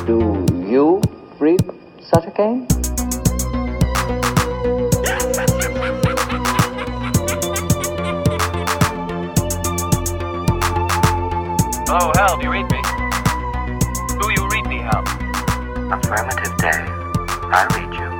Do you read such a game? Oh, Hal, do you read me? Do you read me, Hal? Affirmative, Dave. I read you.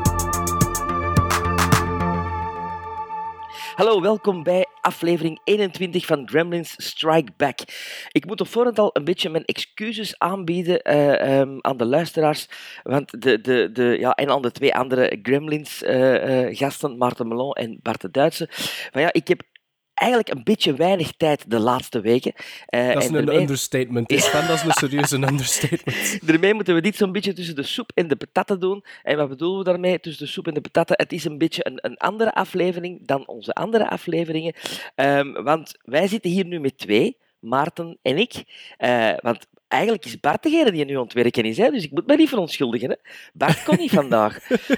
Hallo, welkom bij aflevering 21 van Gremlins Strike Back. Ik moet op voorhand al een beetje mijn excuses aanbieden aan de luisteraars, want en aan de twee andere Gremlins-gasten, Maarten Melon en Bart de Duitse. Maar ja, ik heb eigenlijk een beetje weinig tijd de laatste weken. Dat is een understatement. Dat is een serieuze understatement. Daarmee moeten we dit zo'n beetje tussen de soep en de patatten doen. En wat bedoelen we daarmee tussen de soep en de patatten? Het is een beetje een andere aflevering dan onze andere afleveringen. Want wij zitten hier nu met twee, Maarten en ik. Want eigenlijk is Bart degene die nu aan het werken is, hè? Dus ik moet me niet verontschuldigen. Hè? Bart kon niet vandaag.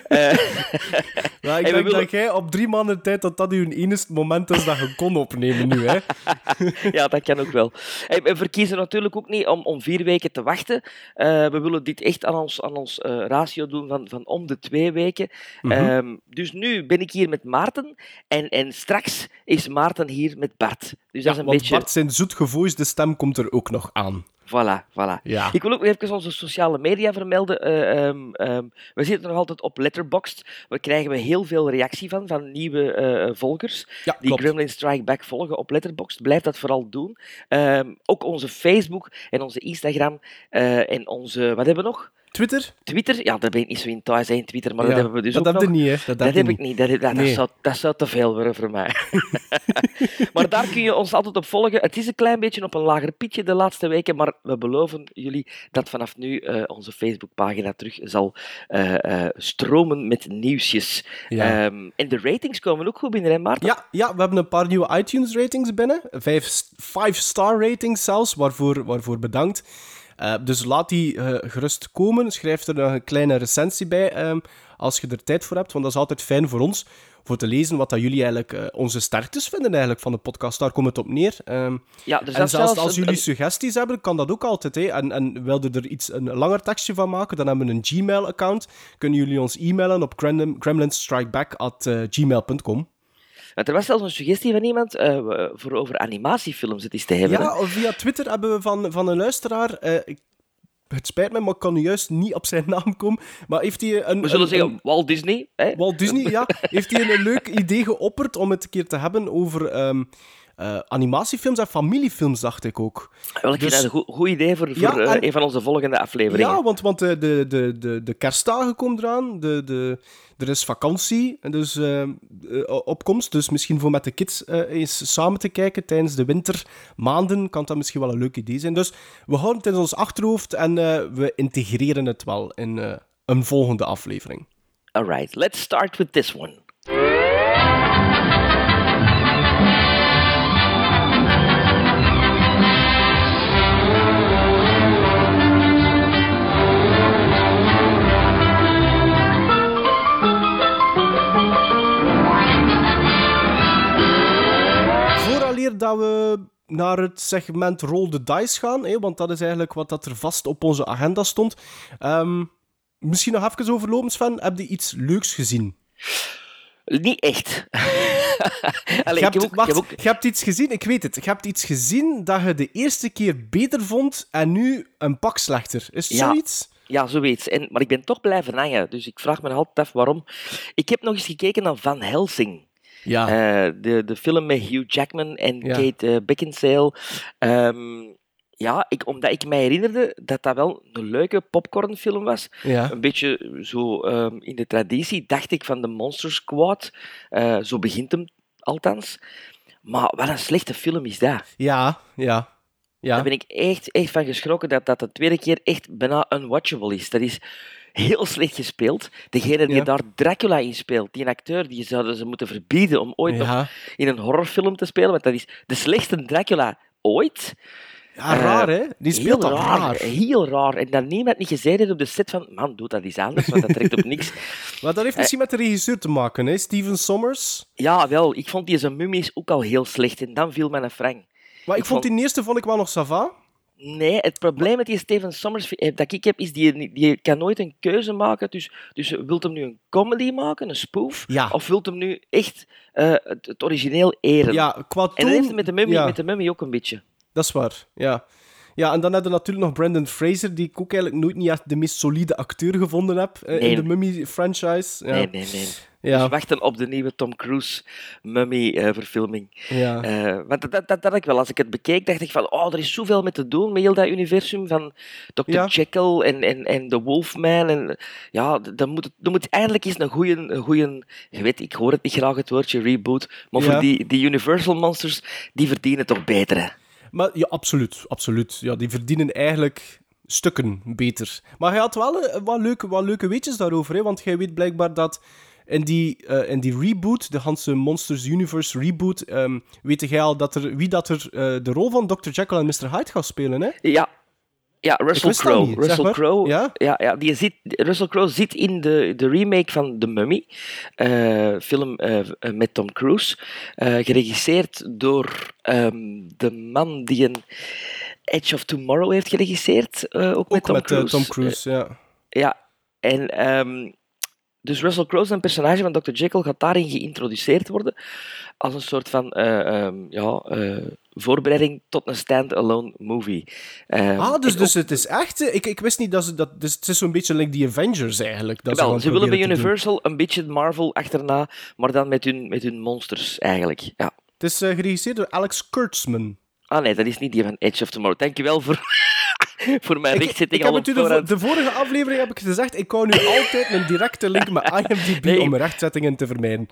Ja, ik denk dat jij op 3 maanden tijd dat uw enigste moment is dat je kon opnemen nu, hè? Ja, dat kan ook wel. We verkiezen natuurlijk ook niet om 4 weken te wachten. We willen dit echt aan ons ratio doen van om de 2 weken. Mhm. Dus nu ben ik hier met Maarten en straks is Maarten hier met Bart. Dus dat is een want beetje... Bart zijn zoetgevoisde stem komt er ook nog aan. Voilà. Ja. Ik wil ook even onze sociale media vermelden. We zitten nog altijd op Letterboxd. Daar krijgen we heel veel reactie van nieuwe volgers. Ja, Die klopt. Gremlin Strike Back volgen op Letterboxd. Blijf dat vooral doen. Ook onze Facebook en onze Instagram en onze... Wat hebben we nog? Twitter? Ja, daar ben ik niet zo in thuis, in Twitter, maar dat hebben we dus dat ook heb nog. je niet, hè? Dat heb ik niet. Dat Nee. zou te veel worden voor mij. Maar daar kun je ons altijd op volgen. Het is een klein beetje op een lager pitje de laatste weken, maar we beloven jullie dat vanaf nu onze Facebookpagina terug zal stromen met nieuwsjes. Ja. En de ratings komen ook goed binnen, hè, Maarten? Ja, we hebben een paar nieuwe iTunes-ratings binnen. 5-star ratings zelfs, waarvoor bedankt. Dus laat die gerust komen. Schrijf er nog een kleine recensie bij als je er tijd voor hebt, want dat is altijd fijn voor ons, voor te lezen wat dat jullie eigenlijk onze sterktes vinden eigenlijk van de podcast. Daar komt het op neer. Ja, En zelfs als jullie suggesties hebben, kan dat ook altijd. Hè. En wilden er een langer tekstje van maken, dan hebben we een Gmail-account. Kunnen jullie ons e-mailen op gremlinsstrikeback@gmail.com. Want er was zelfs een suggestie van iemand voor over animatiefilms het is te hebben. Ja, via Twitter hebben we van een luisteraar... Het spijt me, maar ik kan nu juist niet op zijn naam komen. Maar heeft hij We zullen zeggen Walt Disney. Hè? Walt Disney, ja. Heeft hij een leuk idee geopperd om het een keer te hebben over animatiefilms en familiefilms, dacht ik ook. Wel, ik vind dat een goed idee voor een van onze volgende afleveringen. Ja, want de kerstdagen komen eraan. Er is vakantie, dus opkomst. Dus misschien voor met de kids eens samen te kijken tijdens de wintermaanden kan dat misschien wel een leuk idee zijn. Dus we houden het in ons achterhoofd en we integreren het wel in een volgende aflevering. Alright, let's start with this one. Vooraleer dat we naar het segment Roll the Dice gaan, hè, want dat is eigenlijk wat dat er vast op onze agenda stond. Misschien nog even overlopen, Sven. Heb je iets leuks gezien? Niet echt. Allee, Je hebt iets gezien, ik weet het. Je hebt iets gezien dat je de eerste keer beter vond en nu een pak slechter. Is het zoiets? Ja, zoiets. Maar ik ben toch blijven hangen, dus ik vraag me altijd af waarom. Ik heb nog eens gekeken naar Van Helsing. Ja. De film met Hugh Jackman en Kate Beckinsale. Omdat ik mij herinnerde dat dat wel een leuke popcornfilm was. Ja. Een beetje zo in de traditie, dacht ik, van de Monster Squad. Zo begint hem althans. Maar wat een slechte film is dat. Ja. Daar ben ik echt van geschrokken dat de tweede keer echt bijna unwatchable is. Dat is heel slecht gespeeld. Degene die daar Dracula in speelt, die acteur, die zouden ze moeten verbieden om ooit nog in een horrorfilm te spelen, want dat is de slechtste Dracula ooit. Ja, raar, hè? Die speelt dat raar. Heel raar. En dat niemand niet gezegd heeft op de set van man, doe dat eens anders, want dat trekt op niks. Maar dat heeft misschien met de regisseur te maken, hè? Steven Sommers. Ja, wel. Ik vond die zijn mummies ook al heel slecht. En dan viel mijn frank. Maar ik vond die eerste wel nog ça va. Nee, het probleem met die Steven Sommers dat ik heb, is die kan nooit een keuze maken. Dus wilt hem nu een comedy maken, een spoof? Ja. Of wilt hem nu echt het origineel eren? Ja, qua En dat toon... heeft hij met de ja, Mummy ook een beetje. dat is waar, ja. Ja, en dan heb je natuurlijk nog Brendan Fraser, die ik ook eigenlijk nooit niet echt de meest solide acteur gevonden heb in Nee. de Mummy-franchise. Ja. Nee. Ja. Dus wachten op de nieuwe Tom Cruise Mummy-verfilming. Ja. Want dat had ik wel. Als ik het bekeek, dacht ik van, er is zoveel mee te doen met heel dat universum van Dr. Ja. Jekyll en The Wolfman. En, ja, dan moet eindelijk eens een goeie, je weet, ik hoor het niet graag, het woordje reboot, maar Ja. voor die Universal Monsters, die verdienen toch beter, hè? Maar ja, absoluut. Ja, die verdienen eigenlijk stukken beter. Maar hij had wel wat leuke weetjes daarover, hè? Want jij weet blijkbaar dat in die reboot, de Hanse Monsters Universe reboot, weet jij al wie de rol van Dr. Jekyll en Mr. Hyde gaat spelen, hè? Ja, Russell wist dat Crowe. niet, zeg Russell maar. Crowe, Ja? Russell Crowe zit in de remake van The Mummy, film met Tom Cruise, geregisseerd door de man die een Edge of Tomorrow heeft geregisseerd, ook met Tom Cruise. Tom Cruise, ja. Ja, en dus Russell Crowe, zijn personage van Dr. Jekyll, gaat daarin geïntroduceerd worden als een soort van voorbereiding tot een stand-alone movie. Dus het is echt... Ik wist niet dat ze dat... Dus het is zo'n beetje like die Avengers, eigenlijk. Dat Wel, gaan ze willen bij proberen te doen. Universal een beetje Marvel achterna, maar dan met hun monsters, eigenlijk. Ja. Het is geregisseerd door Alex Kurtzman. Ah nee, dat is niet die van Edge of Tomorrow. Dankjewel voor, voor mijn Ik rechtzetting heb al het op u voorhand. de vorige aflevering heb ik gezegd, ik hou nu altijd een directe link met IMDb Nee. om rechtzettingen te vermijden.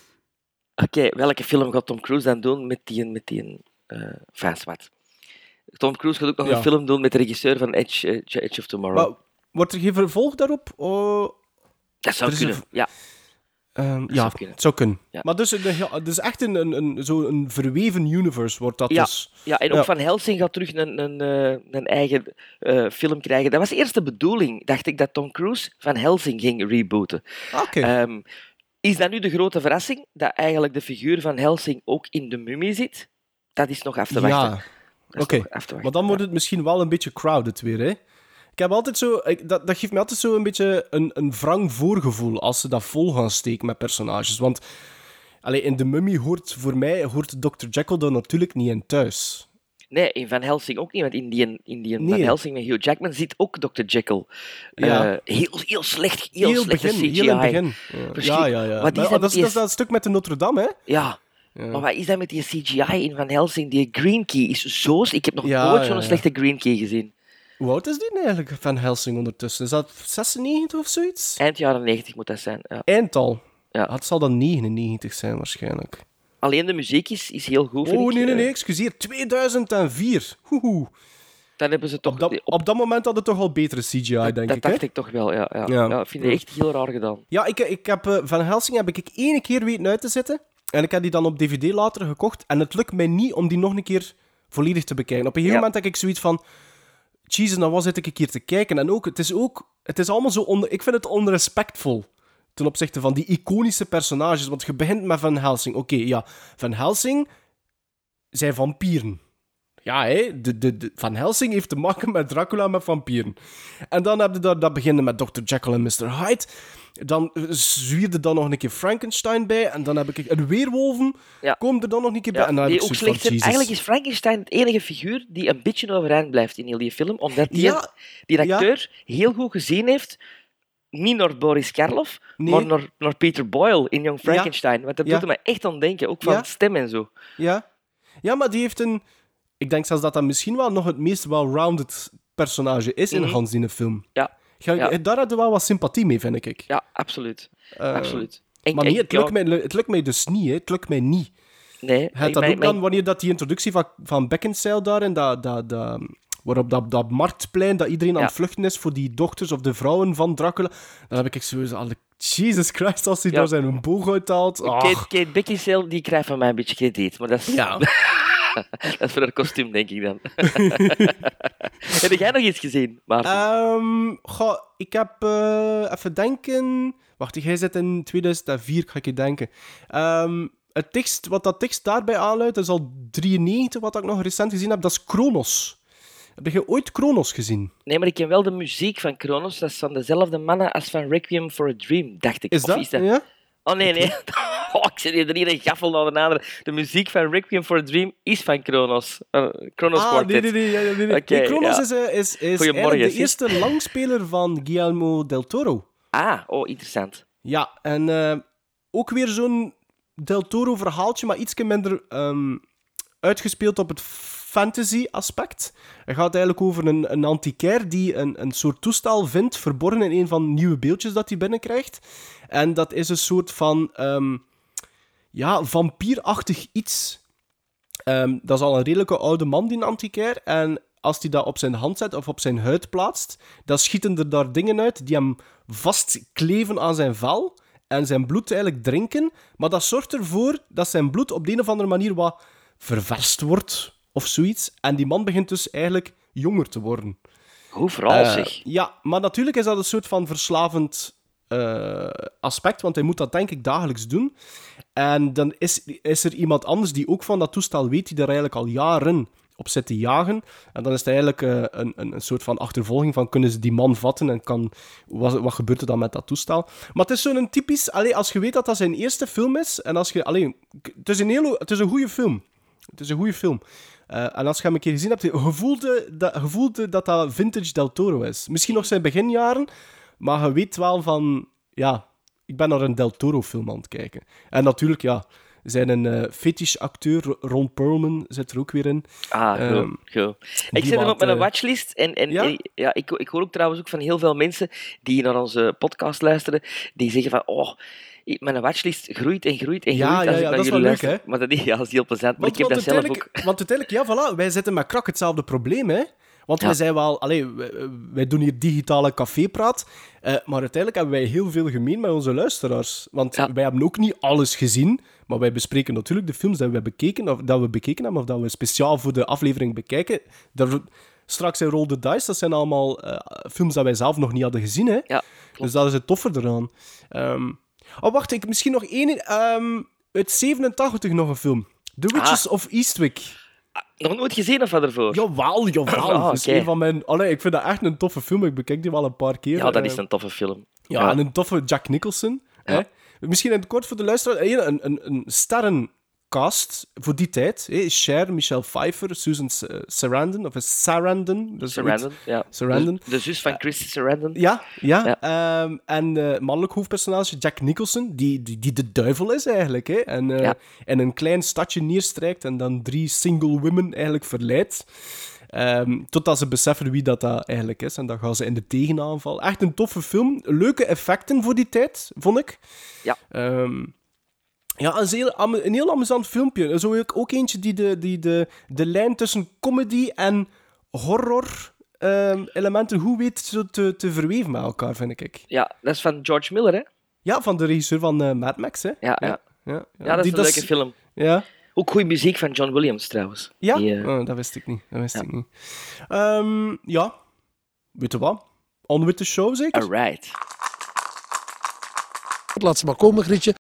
Oké, welke film gaat Tom Cruise dan doen met die wat? Tom Cruise gaat ook nog Ja. een film doen met de regisseur van Edge of Tomorrow. Maar wordt er geen vervolg daarop? Oh, Dat zou er is kunnen, ja. ja, zou kunnen. het zou kunnen. Ja. Maar dus echt zo'n verweven universe wordt dat Ja. dus. Ja, en ook Ja. Van Helsing gaat terug een eigen film krijgen. Dat was eerst de bedoeling, dacht ik, dat Tom Cruise Van Helsing ging rebooten. Oké. Is dat nu de grote verrassing, dat eigenlijk de figuur van Helsing ook in de Mummie zit? Dat is nog af te wachten. Ja, Dat is oké. nog af te wachten. Maar dan wordt het misschien wel een beetje crowded weer, hè? Ik heb altijd zo... Dat geeft me altijd zo een beetje een wrang voorgevoel als ze dat vol gaan steken met personages. Want in de Mummy hoort Dr. Jekyll er natuurlijk niet in thuis. Nee, in Van Helsing ook niet, want in die Nee. Van Helsing met Hugh Jackman zit ook Dr. Jekyll. Ja. Heel slecht, heel slechte CGI. Heel in het begin. Verschrikkelijk. Ja. Wat is Maar dat dat met is dat stuk met de Notre-Dame, hè? Ja. Ja. Maar wat is dat met die CGI in Van Helsing? Die Green Key is zo... Ik heb nog Ja, nooit zo'n ja. slechte Green Key gezien. Hoe oud is die eigenlijk, Van Helsing, ondertussen? Is dat 96 of zoiets? Eind jaren 90 moet dat zijn. Ja. Eindtal. Ja. Het zal dan 99 zijn, waarschijnlijk. Alleen de muziek is heel goed, vind ik. Nee, excuseer. 2004. Hoehoe. Dan hebben ze toch... Op dat moment had het toch al betere CGI, denk dat ik, hè? dacht ik toch wel, ja. Ja. Ja, ik vind het echt heel raar gedaan. Ja, ik heb Van Helsing heb ik 1 keer weten uit te zetten. En ik heb die dan op DVD later gekocht. En het lukt mij niet om die nog een keer volledig te bekijken. Op een gegeven moment heb ik zoiets van... Jezus, dan was ik een keer te kijken. En het is allemaal zo... Ik vind het onrespectvol ten opzichte van die iconische personages. Want je begint met Van Helsing. Oké, ja. Van Helsing zijn vampieren. Ja, hè. Van Helsing heeft te maken met Dracula met vampieren. En dan heb je dat beginnen met Dr. Jekyll en Mr. Hyde. Dan zwierde dan nog een keer Frankenstein bij. En dan heb ik een weerwolven. Ja. Komen er dan nog een keer bij. Ja, En dan heb die ik ook zoiets van, slecht zijn. Jesus. Eigenlijk is Frankenstein het enige figuur die een beetje overeind blijft in heel die film. Omdat die Ja. acteur heel goed gezien heeft... Niet naar Boris Karloff, Nee. maar naar Peter Boyle in Young Frankenstein. Want dat Ja. doet me echt aan denken, ook van Ja. stem en zo. Ja, maar die heeft een... Ik denk zelfs dat dat misschien wel nog het meest well-rounded personage is in Hans in de film. Ja. Ja. Daar hadden we wel wat sympathie mee, vind ik. Ja, absoluut. Absoluut. En- Maar nee, en- het lukt mij dus niet. Hè. Het lukt mij niet. Nee, Het dat ook dan wanneer dat die introductie van Beckinsale daarin, waarop dat marktplein, dat iedereen aan het vluchten is voor die dochters of de vrouwen van Dracula, dan heb ik sowieso al... Jesus Christ, als hij daar zijn boog uithaalt. Kate Beckinsale, die krijgt van mij een beetje krediet, maar dat is... Ja. Dat is voor haar kostuum, denk ik dan. Heb jij nog iets gezien, Maarten? Ik heb... even denken... Wacht, jij zit in 2004, ga ik je denken. Wat dat tekst daarbij aanluidt, dat is al 93, wat ik nog recent gezien heb, dat is Chronos. Heb je ooit Kronos gezien? Nee, maar ik ken wel de muziek van Kronos. Dat is van dezelfde mannen als van Requiem for a Dream, dacht ik. Is Of dat? Ja? Oh, nee. Oh, ik zit hier een gaffel naar de andere. De muziek van Requiem for a Dream is van Kronos. Kronos Quartet. Nee. Oké, Kronos ja. is Goedemorgen, eigenlijk de sis. eerste langspeler van Guillermo del Toro. Interessant. Ja, en ook weer zo'n del Toro verhaaltje, maar iets minder uitgespeeld op het fantasy-aspect. Het gaat eigenlijk over een antiquair die een soort toestel vindt, verborgen in een van de nieuwe beeldjes dat hij binnenkrijgt. En dat is een soort van vampierachtig iets. Dat is al een redelijke oude man, die antiquair. En als hij dat op zijn hand zet of op zijn huid plaatst, dan schieten er daar dingen uit die hem vastkleven aan zijn vel en zijn bloed eigenlijk drinken. Maar dat zorgt ervoor dat zijn bloed op de een of andere manier wat ververst wordt of zoiets. En die man begint dus eigenlijk jonger te worden. Hoe vooral, zeg. Ja, maar natuurlijk is dat een soort van verslavend aspect, want hij moet dat denk ik dagelijks doen. En dan is er iemand anders die ook van dat toestel weet, die daar eigenlijk al jaren op zit te jagen. En dan is het eigenlijk een soort van achtervolging van kunnen ze die man vatten en wat gebeurt er dan met dat toestel. Maar het is zo'n typisch... als je weet dat dat zijn eerste film is, en als je... het is een goede film. Het is een goede film. En als je hem een keer gezien hebt, je voelde dat vintage Del Toro is. Misschien nog zijn beginjaren, maar je weet wel van... Ja, ik ben naar een Del Toro-film aan het kijken. En natuurlijk, ja, zijn fetish-acteur, Ron Perlman, zit er ook weer in. Goed. Ik zet hem op mijn watchlist. En ja? Ik hoor ook trouwens ook van heel veel mensen die naar onze podcast luisteren, die zeggen van... Mijn watchlist groeit en groeit en groeit als ik naar dat is jullie wel leuk, luister. hè? Maar dat is heel plezant. Maar ik heb dat zelf ook... Want uiteindelijk, ja, voilà, wij zitten met krak hetzelfde probleem, hè. Want wij zijn wel... wij doen hier digitale cafépraat, maar uiteindelijk hebben wij heel veel gemeen met onze luisteraars. Want wij hebben ook niet alles gezien, maar wij bespreken natuurlijk de films dat we bekeken hebben, of dat we speciaal voor de aflevering bekijken. Straks in Roll the Dice, dat zijn allemaal films dat wij zelf nog niet hadden gezien, hè. Ja, dus dat is het toffe eraan. Wacht, ik misschien nog één... uit 87 nog een film. The Witches of Eastwick. Nog nooit gezien of wat ervoor? Jawel. Dat is een van mijn... ik vind dat echt een toffe film. Ik bekijk die wel een paar keer. Ja, dat is een toffe film. Ja, en een toffe Jack Nicholson. Ja. Hè? Misschien in het kort voor de luisteraar. Een sterrencast voor die tijd. Hè? Cher, Michelle Pfeiffer, Susan Sarandon. Of Sarandon. Sarandon, ja. Sarandon. De zus van Chris Sarandon. Ja. En mannelijk hoofdpersonage Jack Nicholson, die de duivel is eigenlijk. Hè? En een klein stadje neerstrijkt en dan 3 single women eigenlijk verleidt. Totdat ze beseffen wie dat eigenlijk is. En dan gaan ze in de tegenaanval. Echt een toffe film. Leuke effecten voor die tijd, vond ik. Ja. Een heel amusant filmpje. Zo ook eentje die de lijn tussen comedy en horror elementen goed weet te verweven met elkaar, vind ik. Ja, dat is van George Miller, hè? Ja, van de regisseur van Mad Max, hè? Ja, dat is een leuke film. Ja. Ook goede muziek van John Williams, trouwens. Ja? Dat wist ik niet. Ja, weet je wat? On with the show, zeker? Alright. Laat ze maar komen, Grietje.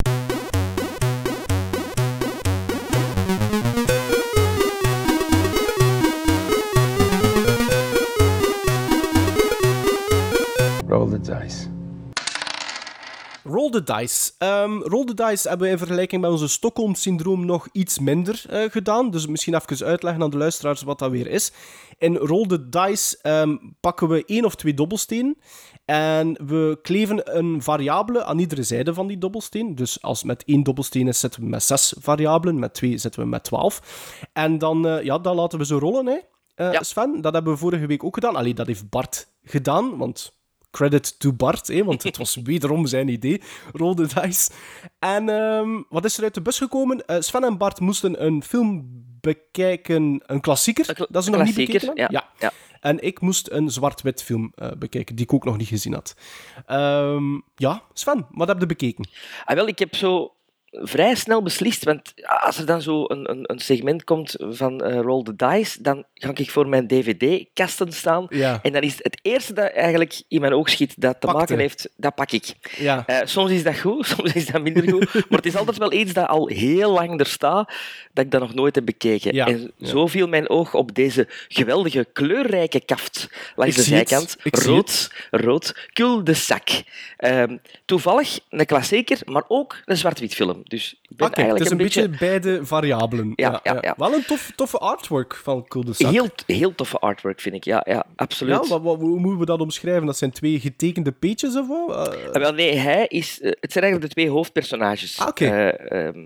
Roll the dice. Roll the Dice. Roll the Dice hebben we in vergelijking met onze Stockholm-syndroom nog iets minder gedaan. Dus misschien even uitleggen aan de luisteraars wat dat weer is. In Roll the Dice pakken we 1 of 2 dobbelstenen en we kleven een variabele aan iedere zijde van die dobbelsteen. Dus als met 1 dobbelsteen is, zitten we met 6 variabelen, met 2 zitten we met 12. En dan laten we ze rollen, hè, Sven. Dat hebben we vorige week ook gedaan. Allee, dat heeft Bart gedaan, want... Credit to Bart, want het was wederom zijn idee. Roll the dice. En wat is er uit de bus gekomen? Sven en Bart moesten een film bekijken, een klassieker, dat ze nog niet bekeken hadden. Ja. En ik moest een zwart-wit film bekijken, die ik ook nog niet gezien had. Sven, wat heb je bekeken? Wel, ik heb zo vrij snel beslist, want als er dan zo een segment komt van Roll the Dice, dan ga ik voor mijn dvd-kasten staan Ja. en dan is het eerste dat eigenlijk in mijn oog schiet dat te Pakte. maken heeft, dat pak ik. Ja. Soms is dat goed, soms is dat minder goed, maar het is altijd wel iets dat al heel lang er staat, dat ik dat nog nooit heb bekeken. Ja. En zo viel mijn oog op deze geweldige kleurrijke kaft langs Ik de zie het. zijkant. Ik zie Rood, cul-de-sac. Toevallig een klassieker, maar ook een zwart-wit film. Dus ik ben Oké, het eigenlijk is een beetje beide variabelen. Ja. Wel een toffe artwork van Cul-de-sac. heel toffe artwork, vind ik. Ja, absoluut. Ja, hoe moeten we dat omschrijven? Dat zijn 2 getekende pages of wat? Wel, nee, het zijn eigenlijk de 2 hoofdpersonages. Oké.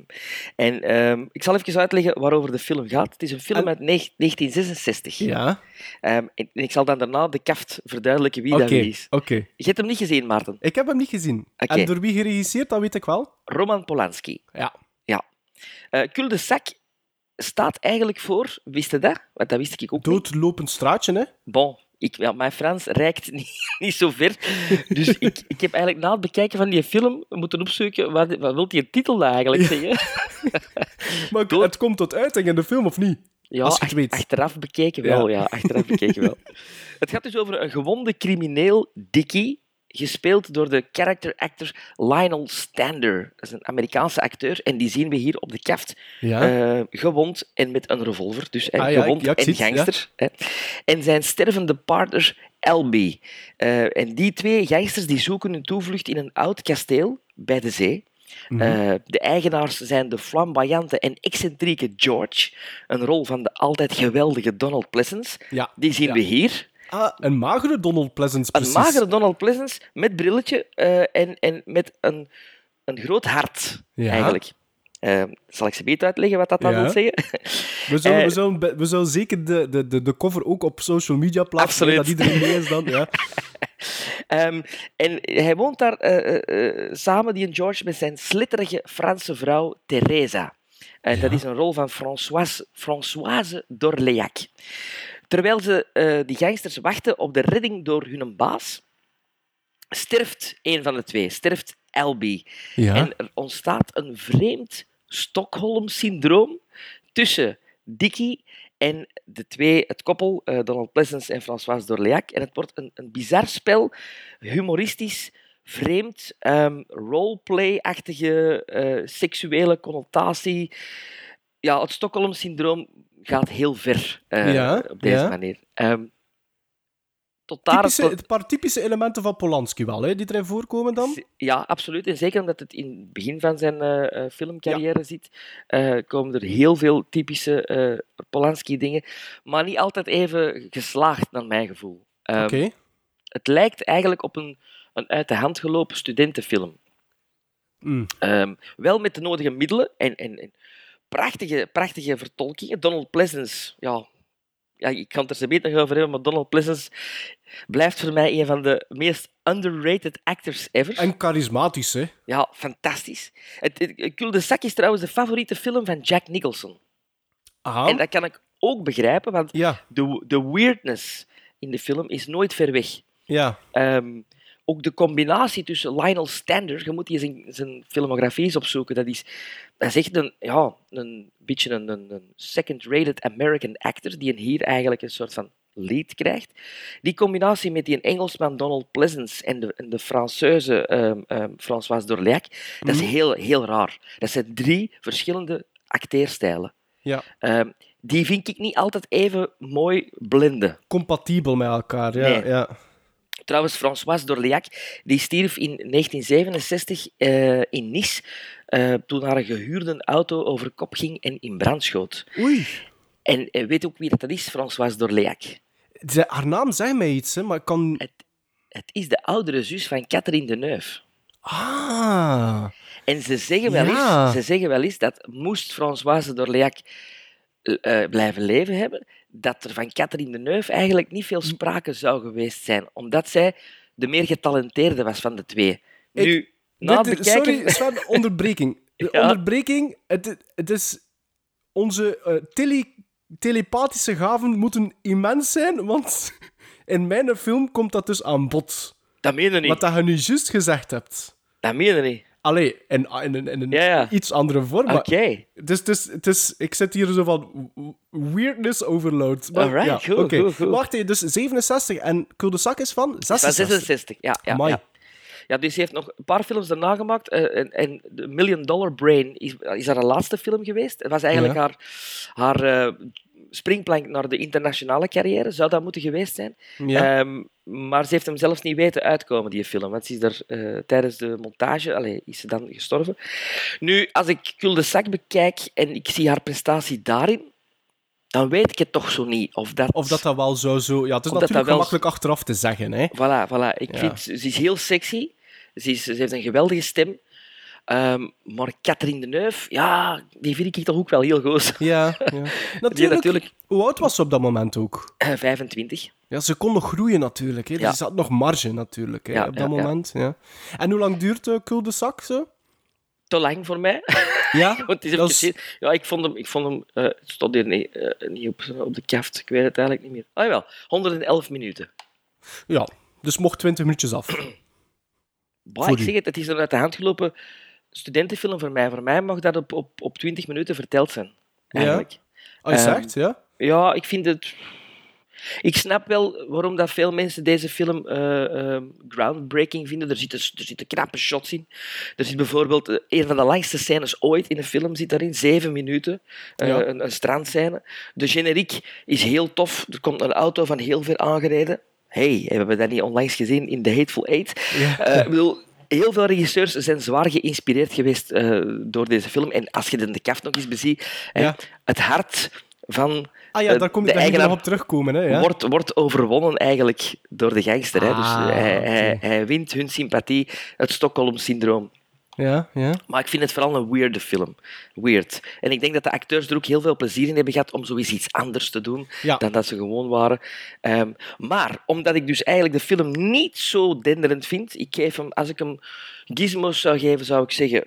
Ik zal even uitleggen waarover de film gaat. Het is een film uit 1966. Ja. En ik zal dan daarna de kaft verduidelijken wie dat is. Oké. Je hebt hem niet gezien, Maarten. Ik heb hem niet gezien. Oké. En door wie geregisseerd, dat weet ik wel. Roman Polanski. Ja. Cul-de-sac staat eigenlijk voor, wist je dat? Want dat wist ik ook niet. Doodlopend straatje, hè? Bon, mijn Frans reikt niet zo ver. Dus ik heb eigenlijk na het bekijken van die film moeten opzoeken wat wil die titel nou eigenlijk zeggen. Maar het komt tot uiting in de film, of niet? Ja, Als je het weet. achteraf bekeken wel. Ja. Ja, achteraf bekeken wel. Het gaat dus over een gewonde crimineel, Dickie, gespeeld door de character actor Lionel Stander. Dat is een Amerikaanse acteur en die zien we hier op de kaft. Ja. Gewond en met een revolver. Dus ja, gewond ik en zie het, gangster. Hè. En zijn stervende partner, Albie. En die 2 gangsters die zoeken hun toevlucht in een oud kasteel bij de zee. De eigenaars zijn de flamboyante en excentrieke George, een rol van de altijd geweldige Donald Pleasence. Ja. Die zien we hier. Een magere Donald Pleasence, Een precies. magere Donald Pleasence met brilletje en met een groot hart, Ja. eigenlijk. Zal ik ze beter uitleggen wat dat dan Ja. wil zeggen? We zullen zeker de cover ook op social media plaatsen. Absoluut. Dat iedereen mee is dan. Ja. En hij woont daar samen, die George, met zijn slitterige Franse vrouw Theresa. En dat is een rol van Françoise d'Orléac. Terwijl ze die gangsters wachten op de redding door hun baas, sterft een van de 2, sterft Albie. Ja. En er ontstaat een vreemd Stockholm-syndroom tussen Dickie en het koppel, Donald Pleasence en Françoise d'Orléac. En het wordt een bizar spel, humoristisch, vreemd, roleplay-achtige seksuele connotatie. Ja, het Stockholm-syndroom gaat heel ver op deze manier. Een paar typische elementen van Polanski wel, hè, die erin voorkomen dan? Ja, absoluut. En zeker omdat het in het begin van zijn filmcarrière zit, komen er heel veel typische Polanski-dingen, maar niet altijd even geslaagd, naar mijn gevoel. Oké. Het lijkt eigenlijk op een uit de hand gelopen studentenfilm. Wel met de nodige middelen en prachtige vertolkingen. Donald Pleasence, ja, ik kan het er zo beter nog over hebben, maar Donald Pleasence blijft voor mij een van de meest underrated actors ever. En charismatisch, hè? Ja, fantastisch. Cul-de-sac is trouwens de favoriete film van Jack Nicholson. Aha. En dat kan ik ook begrijpen, want Ja. de weirdness in de film is nooit ver weg. Ja. Ook de combinatie tussen Lionel Stander, je moet die zijn filmografie eens opzoeken, dat is echt een beetje een second-rated American actor die hier eigenlijk een soort van lead krijgt. Die combinatie met die Engelsman Donald Pleasence en de Française Françoise d'Orléac, dat is heel, heel raar. Dat zijn 3 verschillende acteerstijlen. Ja. Die vind ik niet altijd even mooi blenden. Compatibel met elkaar, ja. Nee. Ja. Trouwens, Françoise d'Orléac die stierf in 1967 in Nice, toen haar gehuurde auto over kop ging en in brand schoot. Oei. En weet ook wie dat is, Françoise d'Orléac? Haar naam zegt mij iets, hè, maar ik kan... Het is de oudere zus van Catherine Deneuve. Ah. En ze zeggen wel eens dat moest Françoise d'Orléac blijven leven hebben, dat er van Catherine Deneuve eigenlijk niet veel sprake zou geweest zijn, omdat zij de meer getalenteerde was van de 2. Nu, na het bekijken... Sorry, Sven, onderbreking. De Ja. onderbreking, het is... Onze telepathische gaven moeten immens zijn, want in mijn film komt dat dus aan bod. Dat meen je niet. Wat dat je nu juist gezegd hebt. Dat meen je niet. Allee, in een Ja. iets andere vorm. Oké. Het is, ik zit hier zo van weirdness overload. Maar, Alright, goed, oké. goed. Wacht even, dus 67 en Cul-de-sac is van Van 66. 66, ja. Amai. Ja, dus ze heeft nog een paar films daarna gemaakt. En The $1 Million Brain is haar laatste film geweest. Het was eigenlijk haar springplank naar de internationale carrière. Zou dat moeten geweest zijn. Ja. Maar ze heeft hem zelfs niet weten uitkomen, die film. Want ze is er tijdens de montage is ze dan gestorven. Nu, als ik Cul-de-sac bekijk en ik zie haar prestatie daarin, dan weet ik het toch zo niet. Of dat wel zo... Ja, het is Of dat natuurlijk dat wel- gemakkelijk achteraf te zeggen, hè. Voilà. Ik vind, ze is heel sexy. Ze heeft een geweldige stem. Maar Catherine Deneuve, ja, die vind ik toch ook wel heel goed. Ja. Natuurlijk. Hoe oud was ze op dat moment ook? 25. Ja, ze kon nog groeien natuurlijk. Hè. Ja. Er zat nog marge natuurlijk hè, Ja, op dat ja. moment. Ja. En hoe lang duurt Cul-de-sac zo? Te lang voor mij. Ja, Want het is dat even ja, ik vond hem het stond hier niet op de kaft. Ik weet het eigenlijk niet meer. Ah jawel, 111 minuten. Ja, dus mocht 20 minuutjes af. Bah, Voor ik u. zeg het is een uit de hand gelopen studentenfilm voor mij. Voor mij mag dat op 20 minuten verteld zijn. Eigenlijk. Ah, je zegt, ja? Ja, ik vind het... Ik snap wel waarom dat veel mensen deze film groundbreaking vinden. Er zitten knappe shots in. Er zit bijvoorbeeld een van de langste scènes ooit in een film zit daarin. 7 minuten. Ja. Een strandscène. De generiek is heel tof. Er komt een auto van heel ver aangereden. Hey, hebben we dat niet onlangs gezien in The Hateful Eight? Ja. Ik bedoel... Heel veel regisseurs zijn zwaar geïnspireerd geweest door deze film. En als je de kaft nog eens beziet, Ja. het hart van Ah ja, daar kom de ik nog eigenaar op terugkomen. Hè, ja. wordt overwonnen eigenlijk door de gangster. Hè? Dus Ah, hij wint hun sympathie, het Stockholm-syndroom. Ja. Maar ik vind het vooral een weirde film. Weird. En ik denk dat de acteurs er ook heel veel plezier in hebben gehad om zoiets iets anders te doen Ja. dan dat ze gewoon waren. Maar omdat ik dus eigenlijk de film niet zo denderend vind, ik geef hem, als ik hem gizmos zou geven, zou ik zeggen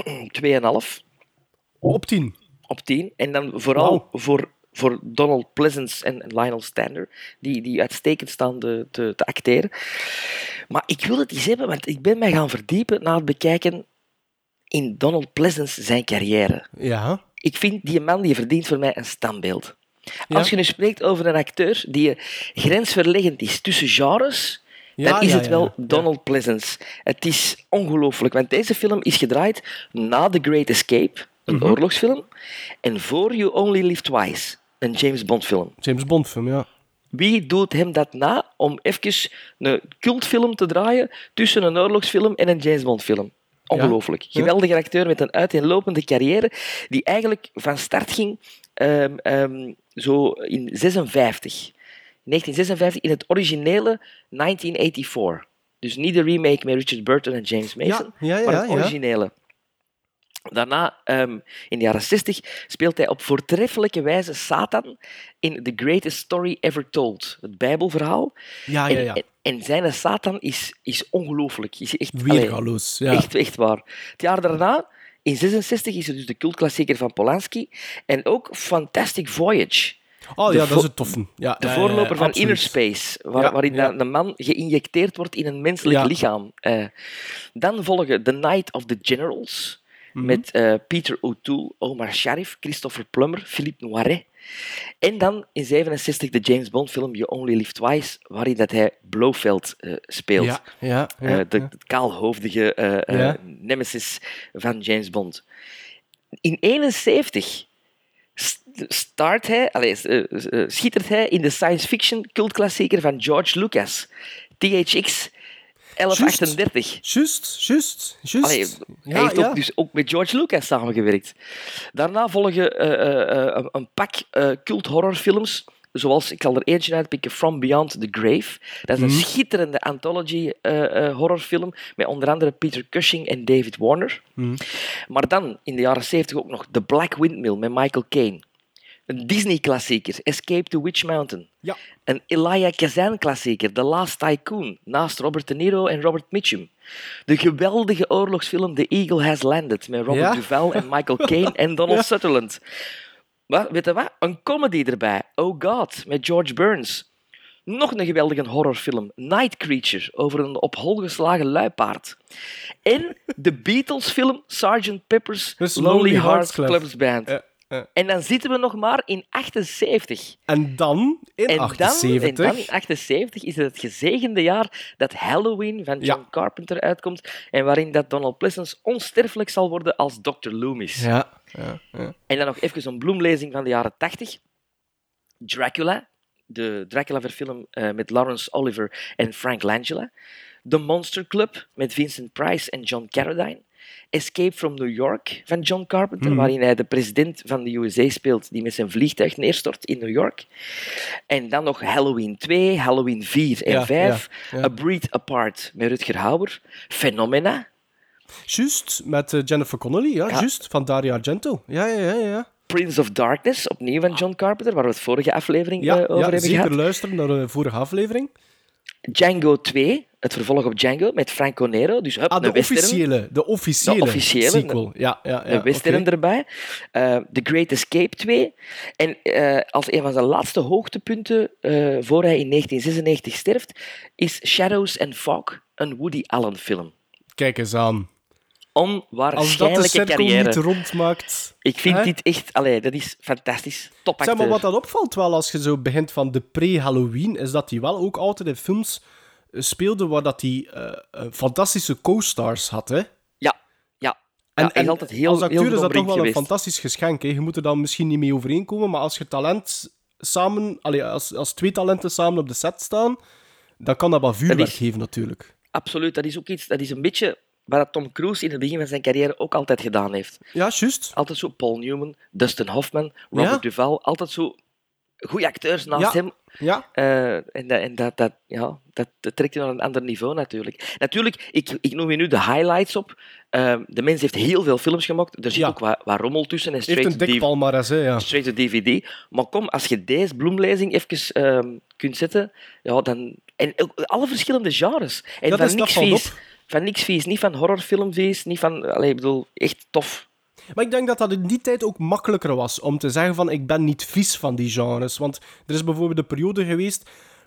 2,5 Op 10. op 10. En dan vooral Wauw. voor Donald Pleasence en Lionel Stander, die uitstekend staan te acteren. Maar ik wil het eens hebben, want ik ben mij gaan verdiepen na het bekijken in Donald Pleasence zijn carrière. Ja. Ik vind die man die verdient voor mij een standbeeld. Ja. Als je nu spreekt over een acteur die grensverleggend is tussen genres, Ja, dan is ja, het wel ja. Donald Pleasence. Het is ongelooflijk, want deze film is gedraaid na The Great Escape, een Mhm. oorlogsfilm, en voor You Only Live Twice, een James Bond film. James Bond film, ja. Wie doet hem dat na om even een cultfilm te draaien tussen een oorlogsfilm en een James Bond film? Ongelooflijk. Ja. Geweldige acteur met een uiteenlopende carrière die eigenlijk van start ging zo in 1956 in het originele 1984. Dus niet de remake met Richard Burton en James Mason, Ja, maar het ja. originele. Daarna, in de jaren 60, speelt hij op voortreffelijke wijze Satan in The Greatest Story Ever Told, het Bijbelverhaal. Ja. En zijn Satan is ongelooflijk. Is echt, Weergaloos, ja. echt waar. Het jaar daarna, in 66, is er dus de cultklassieker van Polanski en ook Fantastic Voyage. Oh De ja, dat vo- is het toffe. Ja, De voorloper van absoluut. Inner Space, Ja, waarin ja. een man geïnjecteerd wordt in een menselijk Ja. lichaam. Dan volgen The Night of the Generals, Mhm. met Peter O'Toole, Omar Sharif, Christopher Plummer, Philippe Noiret. En dan in 67 de James Bond film You Only Live Twice, waarin dat hij Blofeld speelt. Ja. De kaalhoofdige Ja. nemesis van James Bond. In 71 schittert hij in de science fiction cultklassieker van George Lucas, THX 1138. Juist. Allee, hij heeft dus ook met George Lucas samengewerkt. Daarna volgen een pak cult-horrorfilms, zoals, ik zal er eentje uitpikken, From Beyond the Grave. Dat is een schitterende anthology-horrorfilm met onder andere Peter Cushing en David Warner. Maar dan, in de jaren 70 ook nog The Black Windmill met Michael Caine. Een Disney-klassieker, Escape to Witch Mountain. Ja. Een Elia Kazan-klassieker, The Last Tycoon, naast Robert De Niro en Robert Mitchum. De geweldige oorlogsfilm The Eagle Has Landed, met Robert Ja. Duvall en Michael Caine en Donald Sutherland. Weet je wat? Een comedy erbij, Oh God, met George Burns. Nog een geweldige horrorfilm, Night Creature, over een op hol geslagen luipaard. En de Beatles-film Sgt. Pepper's Dus Lonely Hearts Club Band. Ja. En dan zitten we nog maar in 78. En dan in En 78... dan in 78 is het gezegende jaar dat Halloween van John Carpenter uitkomt en waarin dat Donald Pleasence onsterfelijk zal worden als Dr. Loomis. Ja. En dan nog even een bloemlezing van de jaren 80. Dracula, de Dracula-verfilm met Laurence Olivier en Frank Langella. The Monster Club met Vincent Price en John Carradine. Escape from New York van John Carpenter, waarin hij de president van de USA speelt die met zijn vliegtuig neerstort in New York. En dan nog Halloween 2, Halloween 4 en 5. A Breed Apart met Rutger Hauer. Phenomena. Juist, met Jennifer Connelly, juist, van Dario Argento. Ja. Prince of Darkness, opnieuw van John Carpenter, waar we het vorige aflevering over hebben zeker gehad. luisteren naar de vorige aflevering. Django 2, het vervolg op Django, met Franco Nero. Dus De officiële sequel. Ja, een western erbij. The Great Escape 2. En als een van zijn laatste hoogtepunten, voor hij in 1996 sterft, is Shadows and Fog, een Woody Allen film. Kijk eens aan. Onwaarschijnlijke als dat de cirkel carrière. niet rondmaakt... Ik vind dit echt... dat is fantastisch. Topacteur. Zeg maar, wat dat opvalt wel als je zo begint van de pre-Halloween, is dat hij wel ook altijd in films speelde waar dat hij fantastische co-stars had, hè? Ja. En altijd heel, als acteur heel is dat toch wel geweest. een fantastisch geschenk, hè? Je moet er dan misschien niet mee overeenkomen, maar als je talent samen... als twee talenten samen op de set staan, dan kan dat wel vuurwerk geven, natuurlijk. Absoluut. Dat is ook iets... Dat is een beetje... wat Tom Cruise in het begin van zijn carrière ook altijd gedaan heeft. Ja, juist. Altijd zo Paul Newman, Dustin Hoffman, Robert Duvall. Altijd zo goede acteurs naast hem. Ja. En dat trekt je naar een ander niveau natuurlijk. Natuurlijk, ik noem je nu de highlights op. De mens heeft heel veel films gemaakt. Er zit ook wat rommel tussen. En heeft een dik palmares, hè, ja. Straight to DVD. Maar kom, als je deze bloemlezing even kunt zetten, dan... En alle verschillende genres. En dat van niks vies. Van niks vies. Niet van horrorfilm vies. Niet van... ik bedoel, echt tof. Maar ik denk dat dat in die tijd ook makkelijker was om te zeggen van ik ben niet vies van die genres. Want er is bijvoorbeeld een periode geweest,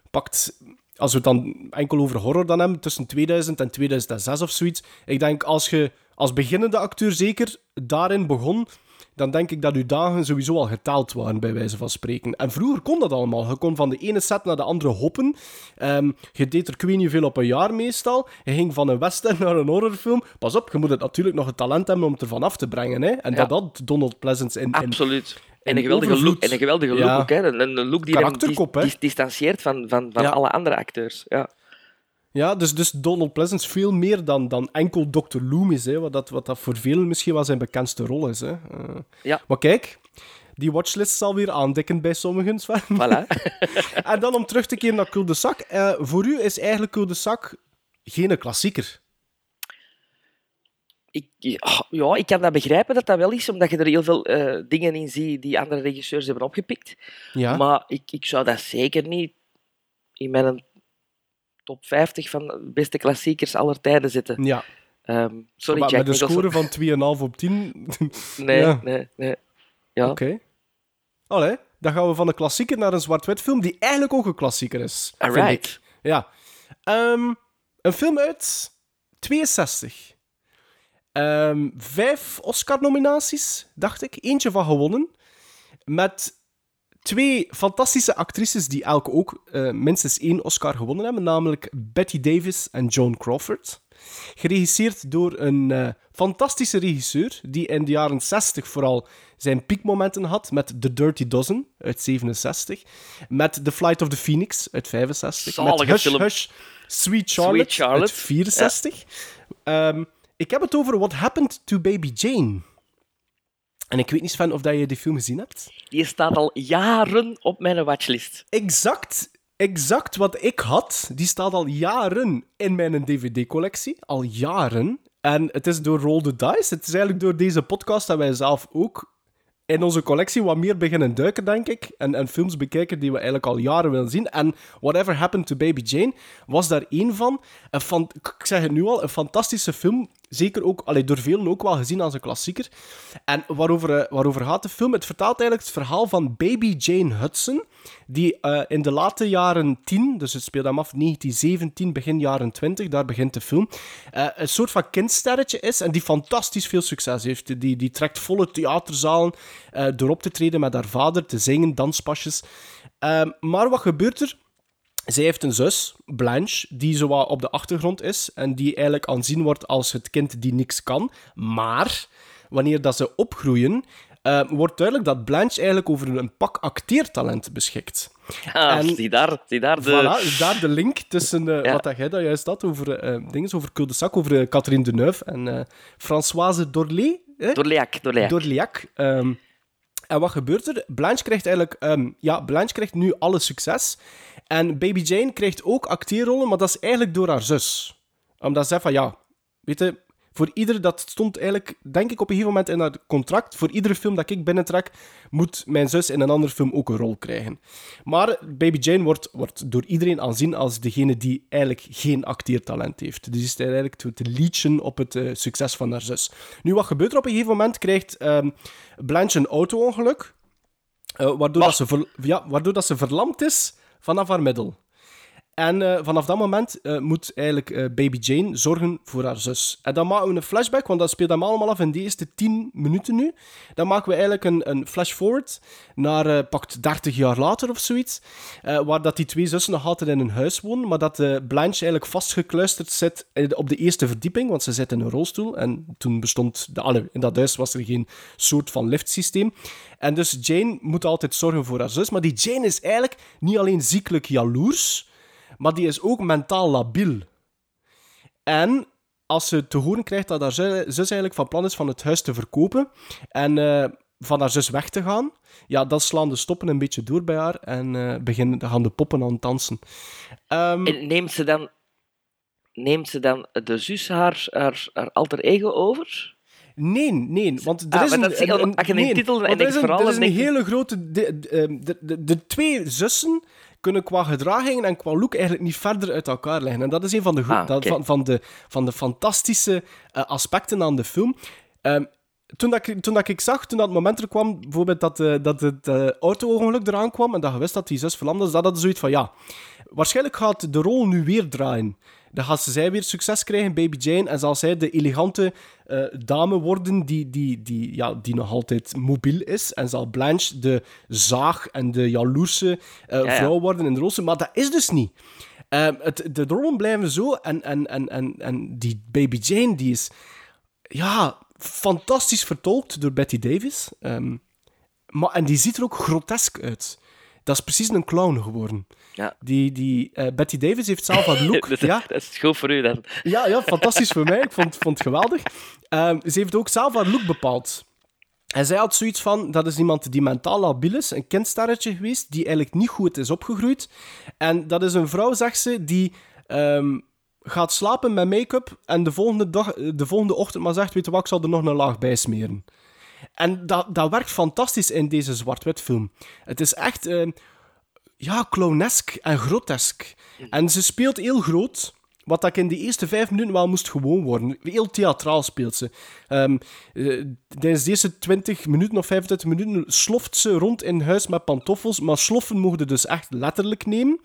als we het dan enkel over horror dan hebben, tussen 2000 en 2006 of zoiets. Ik denk als je als beginnende acteur zeker daarin begon, dan denk ik dat uw dagen sowieso al geteld waren, bij wijze van spreken. En vroeger kon dat allemaal. Je kon van de ene set naar de andere hoppen. Je deed er ik weet niet veel op een jaar meestal. Je ging van een western naar een horrorfilm. Pas op, je moet het natuurlijk nog het talent hebben om het ervan af te brengen. Hè? En dat had Donald Pleasence in absoluut. En een geweldige look. En een geweldige look ook. Hè? Een look die hem distancieert van alle andere acteurs. Ja. Ja, dus Donald Pleasence veel meer dan enkel Dr. Loomis, hè, wat dat voor velen misschien wel zijn bekendste rol is. Hè. Maar kijk, die watchlist zal weer aandikken bij sommigen, Sven. Voilà. En dan om terug te keren naar Cul-de-sac. Voor u is eigenlijk Cul-de-sac geen klassieker. Ik kan dat begrijpen dat dat wel is, omdat je er heel veel dingen in ziet die andere regisseurs hebben opgepikt. Ja. Maar ik zou dat zeker niet in mijn top 50 van de beste klassiekers aller tijden zitten. Ja. Sorry, maar Jack met een score van 2,5 op 10... Nee. Ja. Oké. Allee, dan gaan we van een klassieker naar een zwart-wit film die eigenlijk ook een klassieker is. Alright. Ja. Een film uit 62. 5 Oscar-nominaties, dacht ik. Eentje van gewonnen. Met 2 fantastische actrices die elk ook minstens 1 Oscar gewonnen hebben, namelijk Bette Davis en Joan Crawford. Geregisseerd door een fantastische regisseur die in de jaren 60 vooral zijn piekmomenten had met The Dirty Dozen uit 67, met The Flight of the Phoenix uit 65, zalige met film. Hush, Sweet Charlotte uit 64. Ja. Ik heb het over What Happened to Baby Jane. En ik weet niet, Sven, of dat je die film gezien hebt. Die staat al jaren op mijn watchlist. Exact wat ik had. Die staat al jaren in mijn DVD-collectie. Al jaren. En het is door Roll the Dice. Het is eigenlijk door deze podcast dat wij zelf ook in onze collectie wat meer beginnen duiken, denk ik. En films bekijken die we eigenlijk al jaren willen zien. En Whatever Happened to Baby Jane was daar één van. Ik zeg het nu al, een fantastische film zeker ook, door velen ook wel gezien als een klassieker. En waarover gaat de film? Het vertelt eigenlijk het verhaal van Baby Jane Hudson, die in de late jaren 10, dus het speelt hem af 1917, begin jaren 20, daar begint de film, een soort van kindsterretje is en die fantastisch veel succes heeft. Die trekt volle theaterzalen door op te treden met haar vader, te zingen, danspasjes. Maar wat gebeurt er? Zij heeft een zus, Blanche, die zo wat op de achtergrond is en die eigenlijk aanzien wordt als het kind die niks kan. Maar wanneer dat ze opgroeien, wordt duidelijk dat Blanche eigenlijk over een pak acteertalent beschikt. Zie daar de... Voilà, is daar de link tussen wat dat jij dat juist had over Cul-de-sac, over Catherine Deneuve en Françoise Dorléac. Dorléac. En wat gebeurt er? Blanche krijgt nu alle succes. En Baby Jane krijgt ook acteerrollen, maar dat is eigenlijk door haar zus. Omdat ze zei van, weet je, voor ieder, dat stond eigenlijk, denk ik, op een gegeven moment in haar contract, voor iedere film dat ik binnentrek, moet mijn zus in een andere film ook een rol krijgen. Maar Baby Jane wordt door iedereen aanzien als degene die eigenlijk geen acteertalent heeft. Dus is eigenlijk te leechen op het succes van haar zus. Nu, wat gebeurt er op een gegeven moment? Krijgt Blanche een auto-ongeluk, waardoor dat ze verlamd is vanaf haar middel. En vanaf dat moment moet eigenlijk Baby Jane zorgen voor haar zus. En dan maken we een flashback, want dat speelt hem allemaal af in de eerste 10 minuten nu. Dan maken we eigenlijk een flash-forward naar pakt 30 jaar later of zoiets. Waar dat die twee zussen nog altijd in een huis wonen, maar dat Blanche eigenlijk vastgekluisterd zit op de eerste verdieping, want ze zit in een rolstoel. En toen bestond in dat huis was er geen soort van liftsysteem. En dus Jane moet altijd zorgen voor haar zus. Maar die Jane is eigenlijk niet alleen ziekelijk jaloers, maar die is ook mentaal labiel. En als ze te horen krijgt dat haar zus eigenlijk van plan is van het huis te verkopen en van haar zus weg te gaan, dan slaan de stoppen een beetje door bij haar en gaan de poppen aan dansen. En neemt ze dan de zus haar alter ego over? Nee, want er is een hele grote... De twee zussen kunnen qua gedragingen en qua look eigenlijk niet verder uit elkaar liggen. En dat is een van de fantastische aspecten aan de film. Toen ik zag, toen dat moment er kwam, bijvoorbeeld dat het auto-ongeluk eraan kwam en dat je wist dat die zus verlamd was, dat had zoiets van, waarschijnlijk gaat de rol nu weer draaien. Dan gaat zij weer succes krijgen, Baby Jane, en zal zij de elegante dame worden die nog altijd mobiel is. En zal Blanche de zaag en de jaloerse vrouw worden in de rolstoel. Maar dat is dus niet. De rollen blijven zo. En die Baby Jane, die is fantastisch vertolkt door Bette Davis. En die ziet er ook grotesk uit. Dat is precies een clown geworden. Ja. Bette Davis heeft zelf haar look... Dat is goed voor u dan. Ja, fantastisch voor mij. Ik vond het geweldig. Ze heeft ook zelf haar look bepaald. En zij had zoiets van... Dat is iemand die mentaal labiel is, een kindsterretje geweest, die eigenlijk niet goed is opgegroeid. En dat is een vrouw, zegt ze, die gaat slapen met make-up en de volgende ochtend maar zegt, weet je wat, ik zal er nog een laag bij smeren. En dat werkt fantastisch in deze zwart-wit film. Het is echt... clownesk en grotesk. En ze speelt heel groot, wat ik in de eerste 5 minuten wel moest gewoon worden. Heel theatraal speelt ze. Tijdens de eerste 20 minuten of 25 minuten sloft ze rond in huis met pantoffels, maar sloffen mogen je dus echt letterlijk nemen.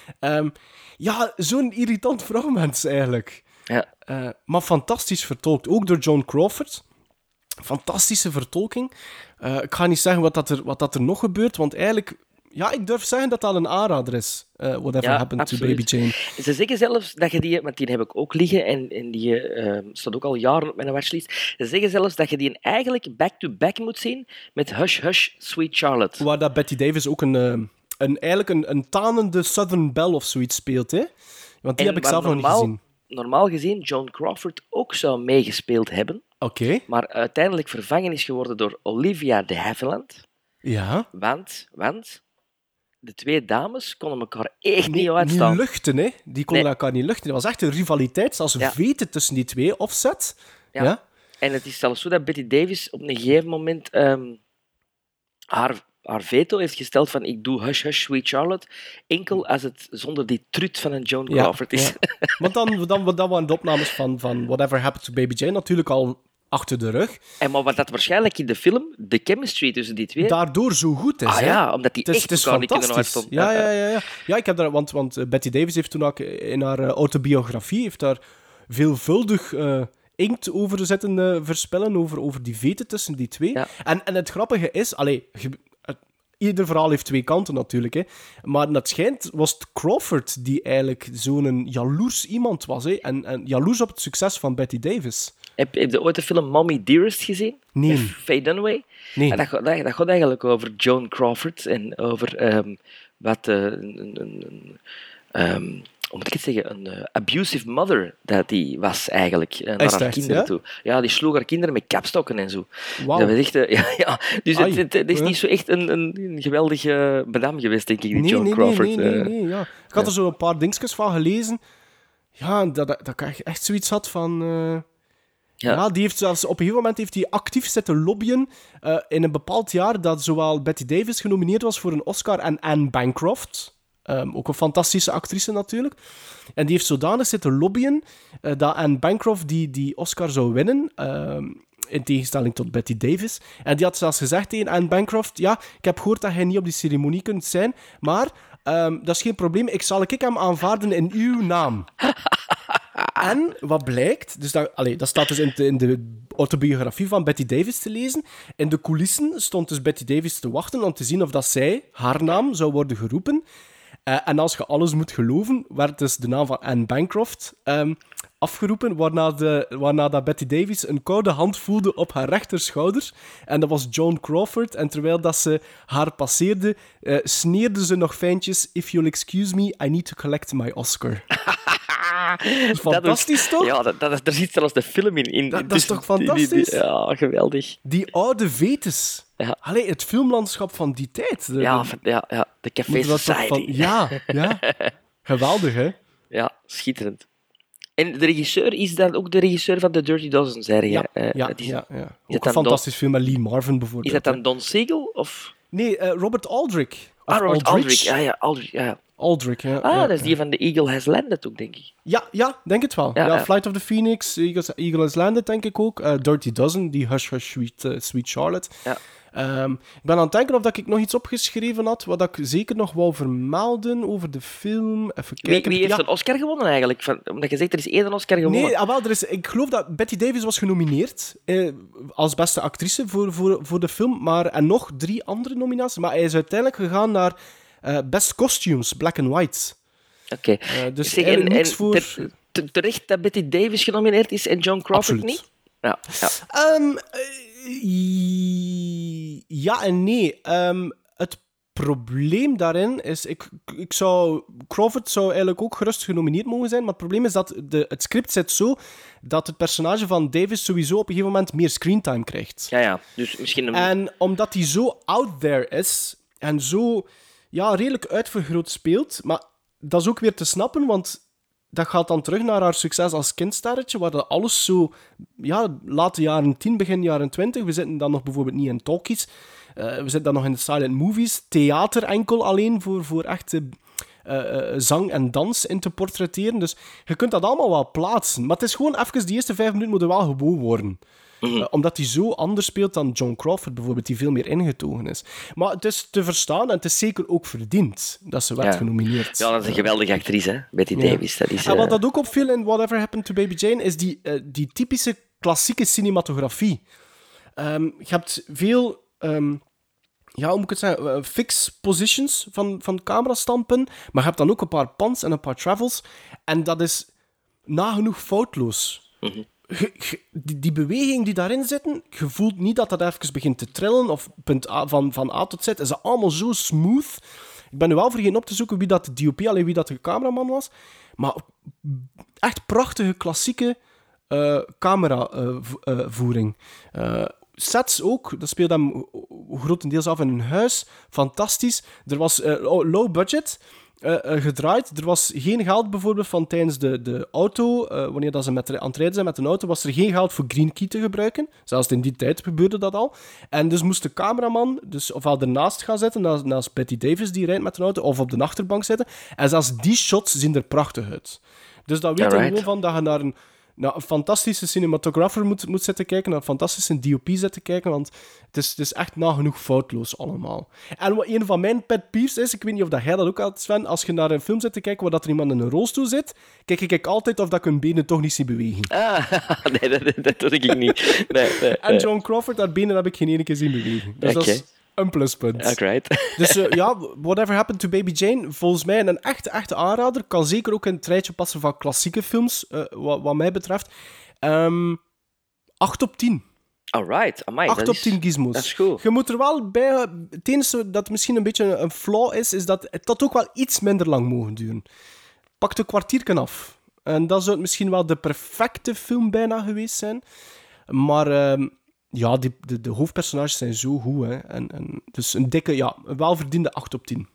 Zo'n irritant vrouwmens eigenlijk. Ja. Maar fantastisch vertolkt. Ook door Joan Crawford. Fantastische vertolking. Ik ga niet zeggen wat dat er nog gebeurt, want eigenlijk... Ja, ik durf zeggen dat dat een aanrader is. Whatever happened absoluut. To Baby Jane. Ze zeggen zelfs dat je die... Want die heb ik ook liggen en die staat ook al jaren op mijn watchlist. Ze zeggen zelfs dat je die eigenlijk back-to-back moet zien met Hush Hush, Sweet Charlotte. Waar dat Bette Davis ook eigenlijk een tanende Southern Belle of zoiets speelt, hè? Want die heb ik zelf nog niet gezien. Normaal gezien Joan Crawford ook zou meegespeeld hebben. Oké. Maar uiteindelijk vervangen is geworden door Olivia de Havilland. Ja. Want de twee dames konden elkaar echt niet uitstaan. Niet luchten, hè? Die konden elkaar niet luchten. Er was echt een rivaliteit, zelfs veten tussen die twee, Offset. Ja. En het is zelfs zo dat Bette Davis op een gegeven moment haar haar veto heeft gesteld van ik doe Hush Hush Sweet Charlotte enkel als het zonder die trut van een Joan Crawford is. Ja. Want dan waren de opnames van Whatever Happened to Baby Jane natuurlijk al achter de rug. En maar wat dat waarschijnlijk in de film, de chemistry tussen die twee... Daardoor zo goed is. Hè? Ja, omdat die Het echt is elkaar niet kunnen fantastisch. uitstonden. Ja, ik heb daar... Want Betty Davis heeft toen ook in haar autobiografie heeft daar veelvuldig inkt over zitten verspillen, over die veten tussen die twee. Ja. En het grappige is... Ieder verhaal heeft twee kanten natuurlijk, hè. Maar het schijnt was het Crawford die eigenlijk zo'n jaloers iemand was, hè. En jaloers op het succes van Betty Davis. Heb je ooit de film Mommy Dearest gezien? Nee. Met Faye Dunaway? Nee. En dat gaat eigenlijk over Joan Crawford en over wat hoe moet ik het zeggen, een abusive mother dat die was eigenlijk naar Is haar het kinderen echt, toe. Ja, die sloeg haar kinderen met kapstokken en zo. Wauw. Dat was echt, ja. Dus Ai, het is niet zo echt een geweldige madame geweest, denk ik, die Joan Crawford. Nee, ja. Ik had er zo een paar dingetjes van gelezen. Ja, dat ik echt zoiets had van... Ja, die heeft zelfs op een gegeven moment heeft hij actief zitten lobbyen in een bepaald jaar dat zowel Betty Davis genomineerd was voor een Oscar en Anne Bancroft. Ook een fantastische actrice natuurlijk. En die heeft zodanig zitten lobbyen dat Anne Bancroft die Oscar zou winnen, in tegenstelling tot Betty Davis. En die had zelfs gezegd tegen Anne Bancroft, ja, ik heb gehoord dat jij niet op die ceremonie kunt zijn, maar dat is geen probleem, ik hem aanvaarden in uw naam. En wat blijkt, dus dat staat dus in de autobiografie van Betty Davis te lezen. In de coulissen stond dus Betty Davis te wachten om te zien of dat zij, haar naam, zou worden geroepen. En als je alles moet geloven, werd dus de naam van Anne Bancroft afgeroepen, waarna dat Betty Davis een koude hand voelde op haar rechterschouder. En dat was Joan Crawford. En terwijl dat ze haar passeerde, sneerde ze nog fijntjes: "If you'll excuse me, I need to collect my Oscar." Fantastisch, toch? Ja, daar zit zelfs de film in. Dat is toch fantastisch? Ja, geweldig. Die oude vetes. Ja. Allee, het filmlandschap van die tijd. Ja, de Café Moet dat toch Society. ja. Geweldig, hè? Ja, schitterend. En de regisseur is dan ook de regisseur van The Dirty Dozen, zei je. Ja. Ook Ook een fantastisch film met Lee Marvin, bijvoorbeeld. Is dat dan Don Siegel? Of? Nee, Robert Aldrich. Of Robert Aldrich. Aldrich. Ja. Aldrich, ja. Dat is die van The Eagle Has Landed ook, denk ik. Ja, denk het wel. Ja. Flight of the Phoenix, Eagle Has Landed, denk ik ook. Dirty Dozen, die Hush Hush Sweet Charlotte. Ja. Ik ben aan het denken of ik nog iets opgeschreven had, wat ik zeker nog wou vermelden over de film. Even kijken. Wie heeft een Oscar gewonnen eigenlijk? Omdat je zegt, er is één Oscar gewonnen. Nee, ik geloof dat Betty Davis was genomineerd als beste actrice voor de film, en nog 3 andere nominaties. Maar hij is uiteindelijk gegaan naar Best Costumes, Black and White. Oké. Dus zeg, eigenlijk niks voor... Terecht dat Betty Davis genomineerd is en Joan Crawford Absoluut. niet? Ja. Ja en nee. Het probleem daarin is... Crawford zou eigenlijk ook gerust genomineerd mogen zijn, maar het probleem is dat het script zit zo dat het personage van Davis sowieso op een gegeven moment meer screentime krijgt. Ja. Dus misschien En omdat hij zo out there is en zo redelijk uitvergroot speelt, maar dat is ook weer te snappen, want dat gaat dan terug naar haar succes als kindsterretje, waar dat alles zo... Ja, late jaren 10, begin jaren 20. We zitten dan nog bijvoorbeeld niet in talkies. We zitten dan nog in de silent movies. Theater enkel alleen voor echte zang en dans in te portretteren. Dus je kunt dat allemaal wel plaatsen. Maar het is gewoon even... Die eerste 5 minuten moeten wel gewoon worden. Omdat hij zo anders speelt dan Joan Crawford bijvoorbeeld, die veel meer ingetogen is. Maar het is te verstaan en het is zeker ook verdiend dat ze werd genomineerd. Ja, dat is een geweldige actrice, hè? Betty Davis. Dat is, En wat dat ook opviel in Whatever Happened to Baby Jane, is die typische klassieke cinematografie. Je hebt veel... hoe moet ik het zeggen? Fixed positions van camerastampen, maar je hebt dan ook een paar pans en een paar travels. En dat is nagenoeg foutloos. Die beweging die daarin zitten, je voelt niet dat dat even begint te trillen, of van A tot Z, is dat allemaal zo smooth. Ik ben nu wel vergeten op te zoeken wie dat de DOP, wie dat de cameraman was, maar echt prachtige, klassieke cameravoering. Sets ook, dat speelde hem grotendeels af in een huis. Fantastisch. Er was low budget. gedraaid. Er was geen geld bijvoorbeeld van tijdens de auto, wanneer dat ze aan het rijden zijn met een auto, was er geen geld voor green key te gebruiken. Zelfs in die tijd gebeurde dat al. En dus moest de cameraman dus ofwel ernaast gaan zitten, naast Bette Davis die rijdt met een auto, of op de achterbank zitten. En zelfs die shots zien er prachtig uit. Dus dat weet je gewoon van dat je naar een fantastische cinematographer moet zitten kijken, naar een fantastische DOP zitten kijken, want het is echt nagenoeg foutloos allemaal. En wat een van mijn pet peeves is, ik weet niet of dat jij dat ook had, Sven, als je naar een film zit te kijken waar dat er iemand in een rolstoel zit, kijk ik altijd of dat ik hun benen toch niet zie bewegen. Nee, dat doe ik niet. Nee. En John Crawford, haar benen heb ik geen ene keer zien bewegen. Dus dat is een pluspunt. Right. Dus Whatever Happened to Baby Jane, volgens mij een echte aanrader. Kan zeker ook in het rijtje passen van klassieke films, wat mij betreft. 8 op 10. Alright, amai. 8 op 10 gizmos. Dat is goed. Je moet er wel bij... Het enige dat misschien een beetje een flaw is dat het ook wel iets minder lang mogen duren. Pakt een kwartiertje af. En dat zou misschien wel de perfecte film bijna geweest zijn. Maar... de hoofdpersonages zijn zo goed. Hè. En dus een dikke, een welverdiende 8 op 10.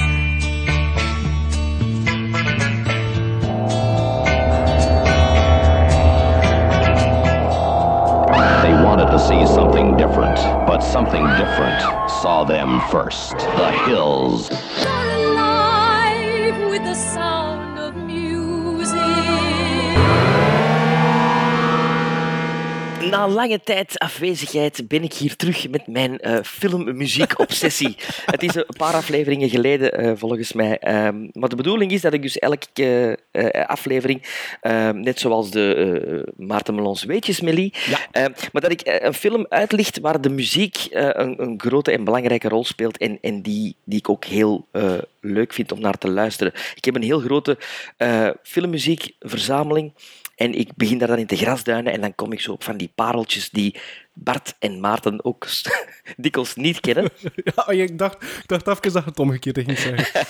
They wanted to see something different, but something different saw them first. The Hills. You're alive with the sound of music. Na lange tijd afwezigheid ben ik hier terug met mijn filmmuziek-obsessie. Het is een paar afleveringen geleden, volgens mij. Maar de bedoeling is dat ik dus elke aflevering, net zoals de Maarten Melons Weetjesmelie, maar dat ik een film uitlicht waar de muziek een grote en belangrijke rol speelt en die ik ook heel leuk vind om naar te luisteren. Ik heb een heel grote filmmuziekverzameling. En ik begin daar dan in te grasduinen en dan kom ik zo op van die pareltjes die Bart en Maarten ook dikwijls niet kennen. Ja, ik dacht even dat je het omgekeerd ging zeggen.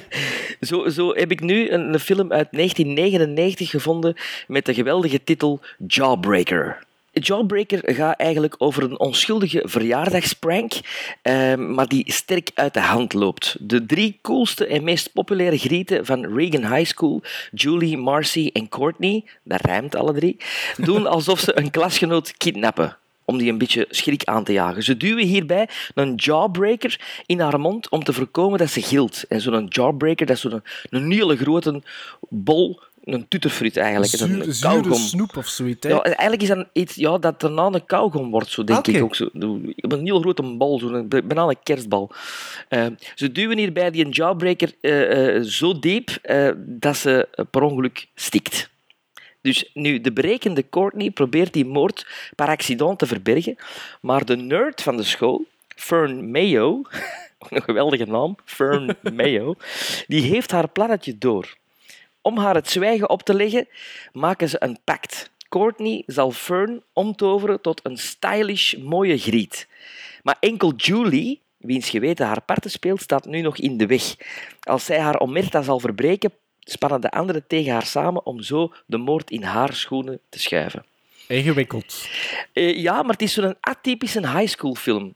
Zo heb ik nu een film uit 1999 gevonden met de geweldige titel Jawbreaker. Jawbreaker gaat eigenlijk over een onschuldige verjaardagsprank, maar die sterk uit de hand loopt. De 3 coolste en meest populaire grieten van Reagan High School, Julie, Marcy en Courtney, dat rijmt alle 3, doen alsof ze een klasgenoot kidnappen, om die een beetje schrik aan te jagen. Ze duwen hierbij een jawbreaker in haar mond om te voorkomen dat ze gilt. En zo'n jawbreaker, dat is zo'n hele grote bol, een tutterfruit eigenlijk. Zure snoep of zoiets. Ja, eigenlijk is dat iets dat daarna een kauwgom wordt, zo denk ik ook. Zo. Een heel grote bal, bijna een kerstbal. Ze duwen hierbij die jawbreaker zo diep dat ze per ongeluk stikt. Dus nu, de berekende Courtney probeert die moord par accident te verbergen, maar de nerd van de school, Fern Mayo, een geweldige naam, Fern Mayo, die heeft haar plannetje door. Om haar het zwijgen op te leggen, maken ze een pact. Courtney zal Fern omtoveren tot een stylish, mooie griet. Maar enkel Julie, wiens geweten haar parten speelt, staat nu nog in de weg. Als zij haar omerta zal verbreken, spannen de anderen tegen haar samen om zo de moord in haar schoenen te schuiven. Ingewikkeld. Ja, maar het is zo'n atypische high school film.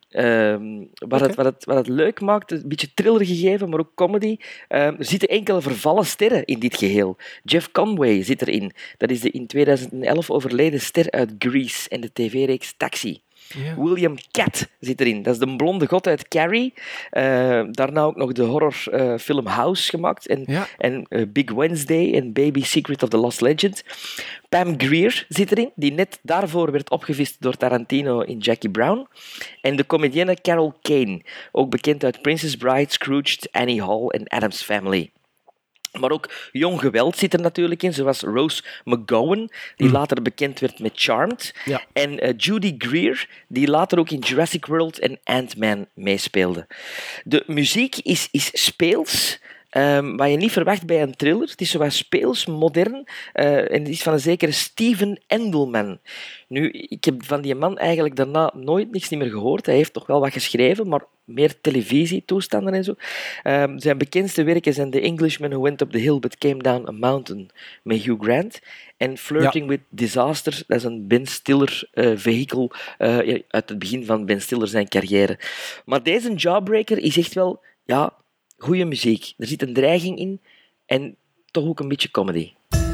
Wat het leuk maakt, een beetje thriller gegeven, maar ook comedy. Er zitten enkele vervallen sterren in dit geheel. Jeff Conway zit erin. Dat is de in 2011 overleden ster uit Grease en de tv-reeks Taxi. Yeah. William Katt zit erin. Dat is de blonde god uit Carrie. Daarna ook nog de horrorfilm House gemaakt. En Big Wednesday en Baby Secret of the Lost Legend. Pam Grier zit erin, die net daarvoor werd opgevist door Tarantino in Jackie Brown. En de comedienne Carol Kane, ook bekend uit Princess Bride, Scrooged, Annie Hall en Addams Family. Maar ook jong geweld zit er natuurlijk in, zoals Rose McGowan, die later bekend werd met Charmed. Ja. En Judy Greer, die later ook in Jurassic World en Ant-Man meespeelde. De muziek is speels, wat je niet verwacht bij een thriller. Het is zo wat speels, modern, en het is van een zekere Steven Endelman. Nu, ik heb van die man eigenlijk daarna nooit niks meer gehoord. Hij heeft nog wel wat geschreven, maar meer televisietoestanden en zo. Zijn bekendste werken zijn The Englishman Who Went Up the Hill But Came Down a Mountain met Hugh Grant en Flirting with Disaster. Dat is een Ben Stiller vehikel uit het begin van Ben Stiller zijn carrière. Maar deze Jawbreaker is echt wel Goeie muziek. Er zit een dreiging in en toch ook een beetje comedy.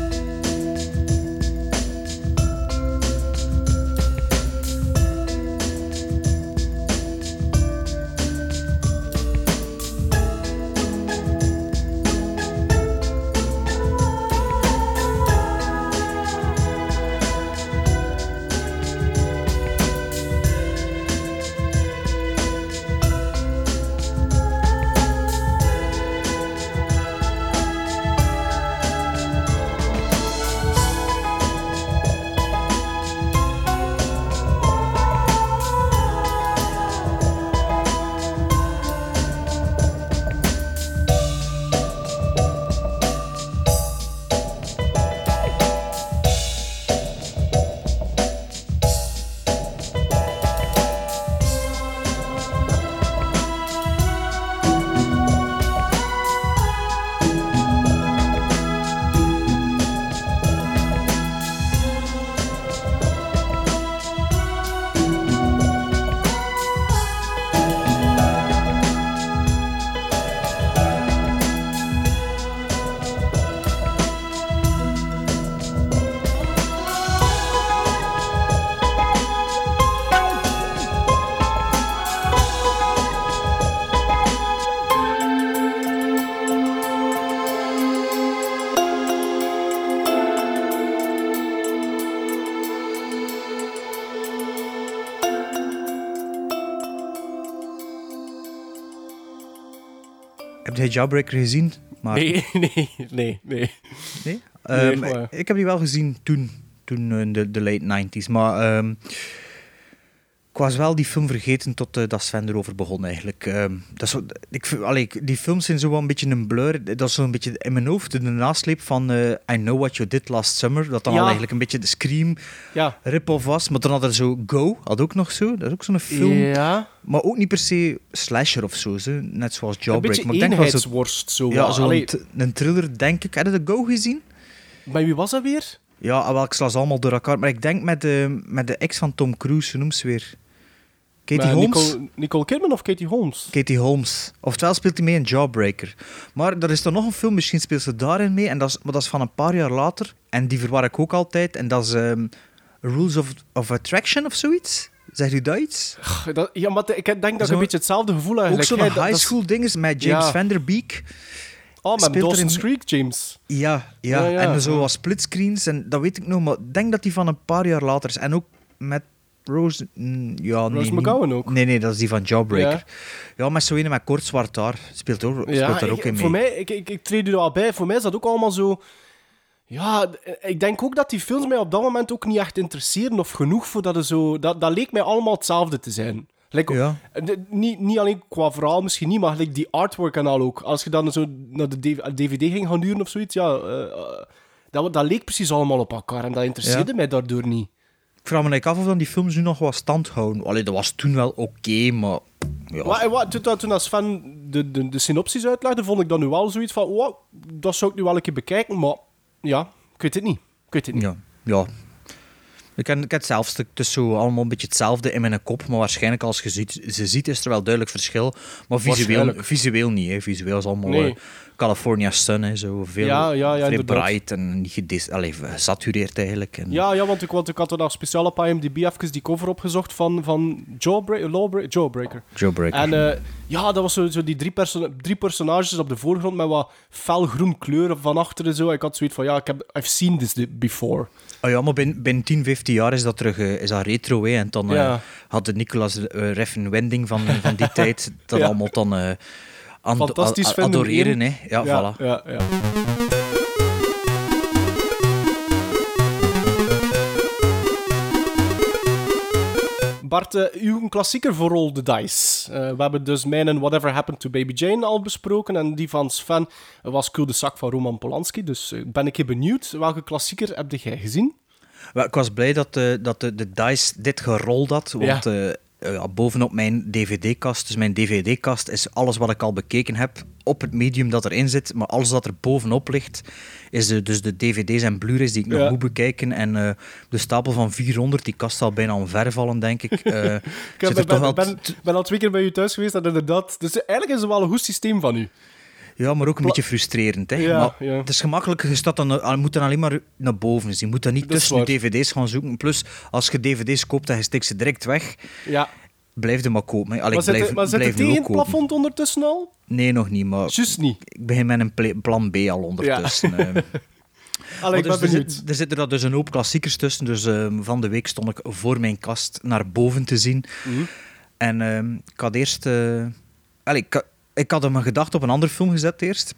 Heb jij Jawbreaker gezien? Maar... Nee. Nee? Maar... Ik heb die wel gezien toen in de late 90s. Maar ik was wel die film vergeten tot dat Sven erover begon eigenlijk. Die films zijn zo wel een beetje een blur. Dat is zo'n beetje in mijn hoofd de nasleep van I Know What You Did Last Summer. Dat dan al eigenlijk een beetje de Scream rip-off was. Maar dan had er zo Go, had ook nog zo. Dat is ook zo'n film. Ja. Maar ook niet per se slasher of zo. Net zoals Jawbreaker. Een beetje maar ik denk eenheidsworst. Zo. Ja, een thriller, denk ik. Heb je de Go gezien? Maar wie was dat weer? Ja, ik sla ze allemaal door elkaar. Maar ik denk met de ex van Tom Cruise, hoe noemt ze weer? Katie Holmes? Nicole Kidman of Katie Holmes? Katie Holmes. Oftewel speelt hij mee in Jawbreaker. Maar er is er nog een film, misschien speelt ze daarin mee. Maar dat is van een paar jaar later. En die verwar ik ook altijd. En dat is Rules of Attraction of zoiets. Zegt u dat iets? Ja, maar ik denk dat ik een beetje hetzelfde gevoel heb. Ook zo'n high school ding is met James Van Der Beek. Oh, met Dawson's Creek, James. Ja. En zo was splitscreens. En dat weet ik nog, maar ik denk dat die van een paar jaar later is. En ook met Rose McGowan ook. Nee, dat is die van Jawbreaker. Ja, met zo een met kort zwart haar. Speelt daar ook in mee. Voor mij, ik treed u er al bij. Voor mij is dat ook allemaal zo... Ja, ik denk ook dat die films mij op dat moment ook niet echt interesseren of genoeg voor dat zo... Dat leek mij allemaal hetzelfde te zijn. Niet alleen qua verhaal, misschien niet, maar die artwork en al ook. Als je dan zo naar de DVD ging gaan huren of zoiets, dat leek precies allemaal op elkaar en dat interesseerde mij daardoor niet. Ik vraag me af of dan die films nu nog wat stand houden. Allee, dat was toen wel oké, maar... Ja. Toen als Sven de synopsis uitlegde, vond ik dan nu wel zoiets van... Wow, dat zou ik nu wel een keer bekijken, maar ja, ik weet het niet. Ja. Ik heb hetzelfde. Het is zo allemaal een beetje hetzelfde in mijn kop, maar waarschijnlijk als je ze ziet is er wel duidelijk verschil. Maar visueel niet. Hè. Visueel is allemaal California Sun, hè. Zo veel vrij bright en niet gesatureerd eigenlijk. En... Ja, want ik had er nog speciaal op IMDb even die cover opgezocht van Jawbreaker. En dat was zo die drie personages op de voorgrond met wat felgroen kleuren van achteren. Zo. Ik had zoiets van, I've seen this before. Oh ja, maar binnen 10, 15 jaar is dat terug is dat retro. Hè. En dan had de Nicolas Refn Wending van die tijd dat allemaal dan adoreren. Hè. Ja, voilà. Ja. Bart, uw klassieker voor Roll the Dice. We hebben dus mijn Whatever Happened to Baby Jane al besproken. En die van Sven was Cul-de-sac van Roman Polanski. Dus ben ik benieuwd. Welke klassieker heb jij gezien? Wel, ik was blij dat de Dice dit gerold had. Want bovenop mijn dvd-kast, dus mijn dvd-kast is alles wat ik al bekeken heb op het medium dat erin zit. Maar alles dat er bovenop ligt, is dus de dvd's en blu-rays die ik nog moet bekijken. En de stapel van 400, die kast zal bijna omvervallen, denk ik. Ik ben al 2 keer bij u thuis geweest en inderdaad... Dus eigenlijk is het wel een goed systeem van u. Ja, maar ook een beetje frustrerend. Hè? Ja, Maar ja. het is gemakkelijk, je moet dan alleen maar naar boven zien. Je moet dan niet Dat is tussen de waar. dvd's gaan zoeken. Plus, als je dvd's koopt en je stikt ze direct weg, Ja. blijf je maar kopen. Hè. Allee, Maar zit blijf, het blijf tegen nu ook het kopen. plafond ondertussen al? Nee, nog niet, maar Juist niet. ik begin met een plan B al ondertussen. Allee, ik ben benieuwd. Er zitten er dus een hoop klassiekers tussen. Dus van de week stond ik voor mijn kast naar boven te zien. Mhm. En ik had eerst... ik had hem gedacht op een andere film gezet eerst.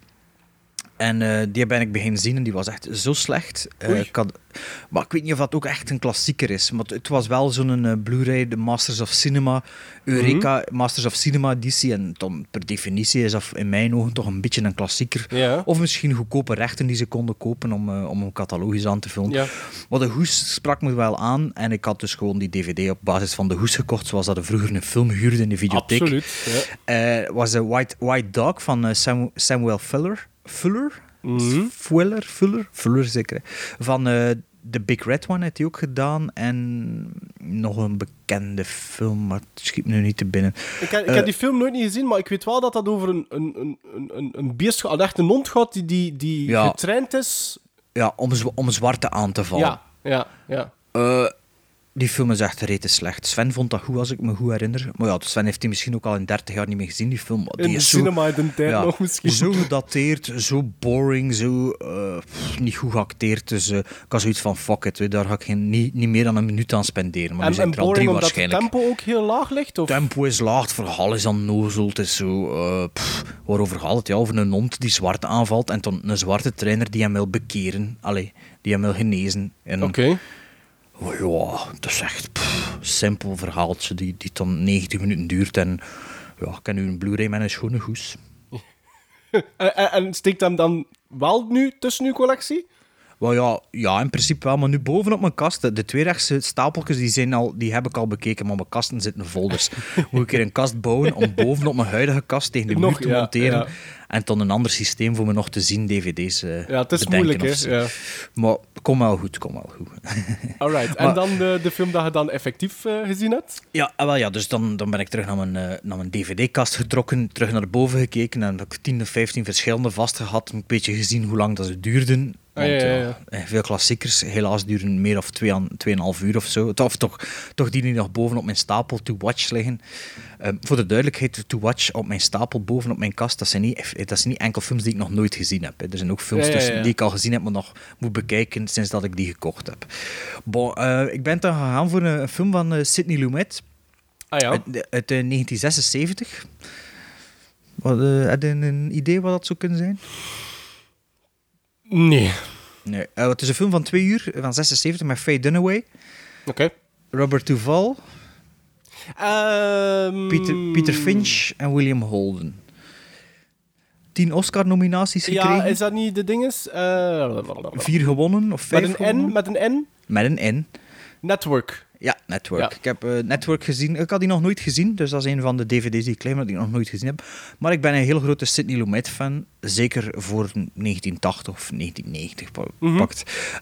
En die ben ik beginnen zien en die was echt zo slecht. Maar ik weet niet of dat ook echt een klassieker is. Maar het was wel zo'n Blu-ray, de Masters of Cinema, Eureka, Masters of Cinema editie. En dan per definitie is dat in mijn ogen toch een beetje een klassieker. Ja. Of misschien goedkope rechten die ze konden kopen om een catalogus aan te vullen. Ja. Maar de hoes sprak me wel aan. En ik had dus gewoon die dvd op basis van de hoes gekocht, zoals dat je vroeger een film huurde in de videotheek. Absoluut. Ja. Was een White Dog van Samuel Fuller. Mhm. Fuller zeker. Van The Big Red One heeft hij ook gedaan. En nog een bekende film, maar het schiet me nu niet te binnen. Ik heb die film nooit niet gezien, maar ik weet wel dat dat over een beest gaat, echt een hond gaat die Ja. getraind is. Ja, om zwarte aan te vallen. Ja. Die film is echt rete slecht. Sven vond dat goed, als ik me goed herinner. Maar ja, Sven heeft die misschien ook al in 30 jaar niet meer gezien, die film. Maar die In de is zo, cinema in de tijd nog misschien. Zo gedateerd, zo boring, zo niet goed geacteerd. Dus ik had zoiets van, fuck it, daar ga ik niet meer dan een minuut aan spenderen. Maar nu zijn En er al 3 boring omdat het waarschijnlijk. tempo ook heel laag ligt? Of? Tempo is laag, het verhaal is onnozel. Het is zo... waarover gaat het? Ja, over een hond die zwart aanvalt en dan een zwarte trainer die hem wil bekeren. Allee, die hem wil genezen. Oké. Oh ja, dat is echt simpel verhaaltje die dan 90 minuten duurt. En ja, ik heb nu een Blu-ray met een schone hoes. En steekt hem dan wel nu tussen uw collectie? Wel ja, in principe wel. Maar nu bovenop mijn kast, de twee rechtse stapeltjes, die heb ik al bekeken, maar mijn kasten zitten vol. Dus moet ik er een kast bouwen om bovenop mijn huidige kast tegen de muur te monteren. Ja. En dan een ander systeem voor me nog te zien, dvd's ja, het is moeilijk, hè. Ja. Maar kom wel goed. Alright. En dan de film dat je dan effectief gezien hebt? Ja, wel ja, dus dan ben ik terug naar mijn dvd-kast getrokken, terug naar boven gekeken en heb ik 10 of 15 verschillende vastgehad, een beetje gezien hoe lang dat ze duurden. Want veel klassiekers helaas duren meer of 2,5 uur of zo. Of toch die nog boven op mijn stapel to watch liggen. Voor de duidelijkheid, to watch op mijn stapel boven op mijn kast, dat zijn niet enkel films die ik nog nooit gezien heb. Hè. Er zijn ook films tussen die ik al gezien heb, maar nog moet bekijken sinds dat ik die gekocht heb. Bon, ik ben dan gegaan voor een film van Sidney Lumet. Ah ja? Uit 1976. Heb je een idee wat dat zou kunnen zijn? Nee. Het is een film van 2 uur, van 76, met Faye Dunaway. Oké. Robert Duvall. Peter Finch en William Holden. 10 Oscar-nominaties gekregen. Ja, is dat niet de dinges? 4 gewonnen, of 5 gewonnen. Met een N? Met een N. Network. Ja, Network. Ja. Ik heb Network gezien. Ik had die nog nooit gezien, dus dat is een van de dvd's die ik claim dat ik nog nooit gezien heb. Maar ik ben een heel grote Sidney Lumet-fan. Zeker voor 1980 of 1990 pakt.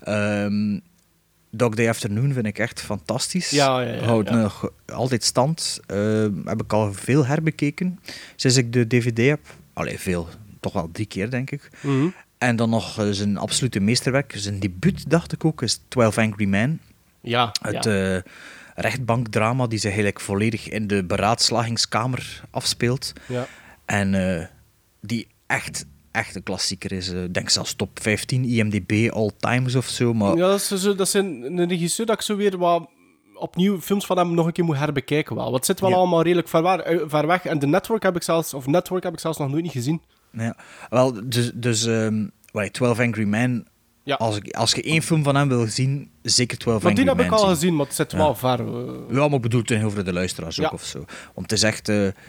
Dog Day Afternoon vind ik echt fantastisch. Ja. Houdt nog altijd stand. Heb ik al veel herbekeken. Sinds ik de dvd heb. Allee, veel. Toch wel 3 keer, denk ik. Mm-hmm. En dan nog zijn absolute meesterwerk. Zijn debuut, dacht ik ook, is 12 Angry Men. Ja. Het rechtbankdrama die zich eigenlijk volledig in de beraadslagingskamer afspeelt. Ja. En die echt een klassieker is. Ik denk zelfs top 15 IMDb all times of zo. Maar... Ja, dat is een regisseur dat ik zo weer wat opnieuw films van hem nog een keer moet herbekijken. Wel. Want het zit wel allemaal redelijk ver weg. En de Network heb ik zelfs nog nooit niet gezien. Ja. Wel, dus 12 Angry Men... Ja. Als je 1 film van hem wil zien, zeker 12 Want Angry die Men heb ik al zien. gezien, maar het zit wel ver. Ja, maar ik bedoel het over de luisteraars ook of zo. Want het is echt...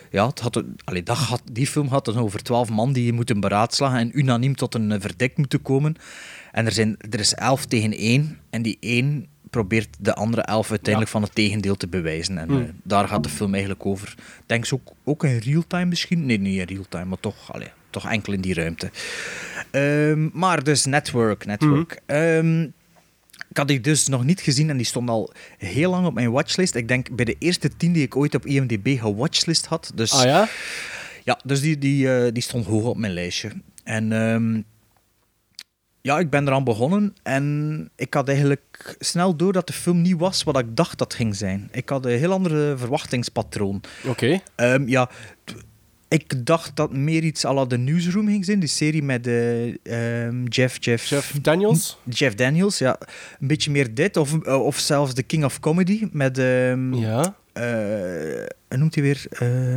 die film had het over 12 man die je moeten beraadslagen en unaniem tot een verdict moeten komen. En er is 11 tegen 1 en die 1 probeert de andere 11 uiteindelijk van het tegendeel te bewijzen. En daar gaat de film eigenlijk over. Ik denk ze ook in real-time misschien? Nee, niet in real-time, maar toch enkel in die ruimte. Maar dus Network. Ik had die dus nog niet gezien en die stond al heel lang op mijn watchlist. Ik denk bij de eerste 10 die ik ooit op IMDb gewatchlist had. Dus, ah ja? Ja, dus die stond hoog op mijn lijstje. En ja, ik ben eraan begonnen en ik had eigenlijk snel door dat de film niet was wat ik dacht dat ging zijn. Ik had een heel andere verwachtingspatroon. Oké. Ja, ik dacht dat meer iets à la The Newsroom ging zijn, die serie met Jeff Daniels? Jeff Daniels, ja. Een beetje meer dit, of zelfs The King of Comedy met... ja. Hoe noemt hij weer?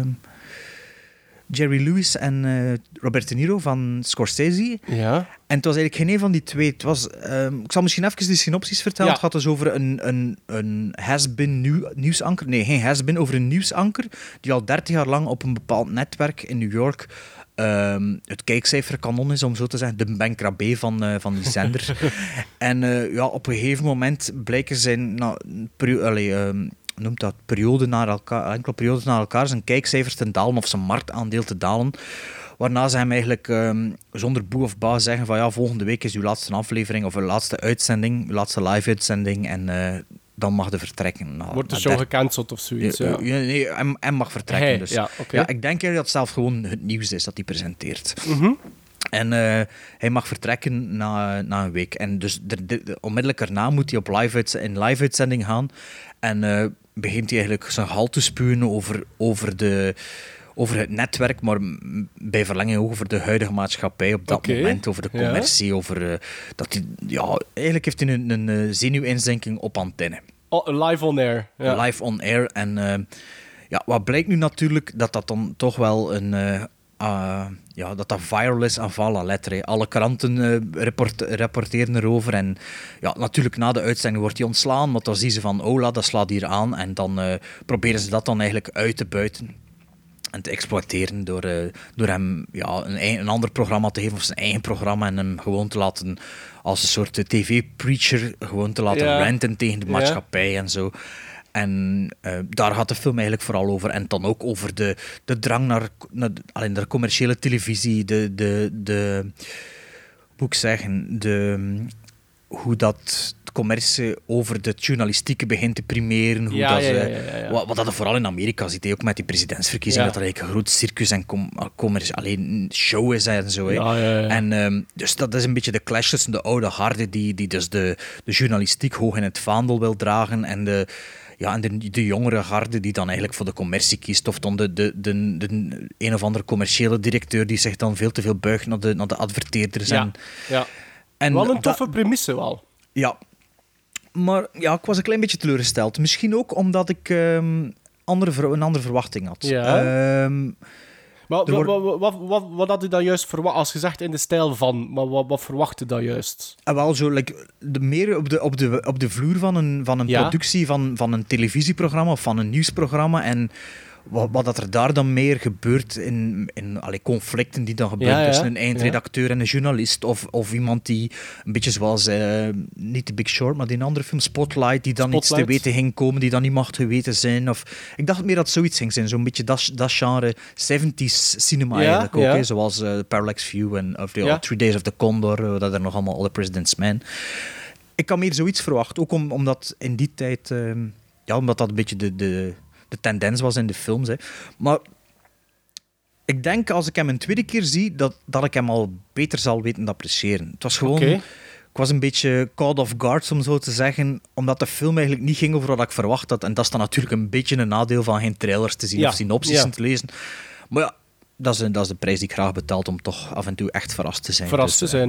Jerry Lewis en Robert De Niro van Scorsese. Ja. En het was eigenlijk geen een van die twee. Het was, ik zal misschien even de synopsis vertellen. Ja. Het gaat dus over een has-been nieuwsanker. Nee, geen has-been, over een nieuwsanker die al 30 jaar lang op een bepaald netwerk in New York het kijkcijferkanon is, om zo te zeggen, de Ben Krabbe van die zender. En ja, op een gegeven moment blijken zijn... noemt dat, enkele periodes na elkaar zijn kijkcijfers te dalen of zijn marktaandeel te dalen. Waarna ze hem eigenlijk zonder boe of ba zeggen van ja, volgende week is uw laatste aflevering of uw laatste uitzending, uw laatste live-uitzending en dan mag je vertrekken. Nou, wordt de show gecanceld of zoiets? Ja. Nee, hij mag vertrekken. Hey, dus. ja, okay. Ja, ik denk eigenlijk dat het zelf gewoon het nieuws is dat hij presenteert. Mm-hmm. En hij mag vertrekken na een week. En dus onmiddellijk erna moet hij op live-uitzending gaan en begint hij eigenlijk zijn gal te spuwen over het netwerk, maar bij verlenging ook over de huidige maatschappij op dat moment, over de commercie, over dat hij, ja, eigenlijk heeft hij een zenuwinzinking op antenne. Oh, live on air. Ja. Live on air. En ja, wat blijkt nu natuurlijk, dat dan toch wel een... ja, dat viral is aan la lettre. Alle kranten rapporteren erover. En ja, natuurlijk na de uitzending wordt hij ontslaan, want dan zien ze van, oh, dat slaat hier aan. En dan proberen ze dat dan eigenlijk uit te buiten en te exploiteren door hem ja, een ander programma te geven of zijn eigen programma en hem gewoon te laten als een soort tv-preacher gewoon te laten ranten tegen de maatschappij en zo. En daar gaat de film eigenlijk vooral over. En dan ook over de drang naar de commerciële televisie, hoe ik zeggen, hoe dat de commercie over de journalistieke begint te primeren. Hoe wat dat er vooral in Amerika ziet, ook met die presidentsverkiezingen, dat er eigenlijk een groot circus en alleen show is en zo. En dus dat is een beetje de clash tussen de oude harde die dus de journalistiek hoog in het vaandel wil dragen en de jongere garde die dan eigenlijk voor de commercie kiest. Of dan de een of andere commerciële directeur die zich dan veel te veel buigt naar de adverteerders. En wel een toffe premisse wel. Ja. Maar ja, ik was een klein beetje teleurgesteld. Misschien ook omdat ik een andere verwachting had. Ja. Maar wat had je dan juist verwacht? Als je zegt in de stijl van, maar wat verwachtte je dan juist? Wel zo, meer op de vloer van een productie van een televisieprogramma of van een nieuwsprogramma en wat dat er daar dan meer gebeurt in conflicten die dan gebeuren tussen een eindredacteur en een journalist of iemand die een beetje zoals niet The Big Short, maar die een andere film Spotlight, die dan iets te weten ging komen die dan niet mag geweten zijn. Of ik dacht meer dat zoiets ging zijn, zo'n beetje dat genre 70s cinema eigenlijk ook, hè, zoals Parallax View of the 3 Days of the Condor, dat er nog allemaal All the President's Men. Ik had meer zoiets verwacht, ook omdat in die tijd omdat dat een beetje de tendens was in de films. Hè. Maar ik denk, als ik hem een tweede keer zie, dat ik hem al beter zal weten te appreciëren. Het was gewoon... Ik was een beetje caught off guard, om zo te zeggen, omdat de film eigenlijk niet ging over wat ik verwacht had. En dat is dan natuurlijk een beetje een nadeel van geen trailers te zien of synopsissen te lezen. Maar ja, dat is de prijs die ik graag betaal om toch af en toe echt verrast te zijn.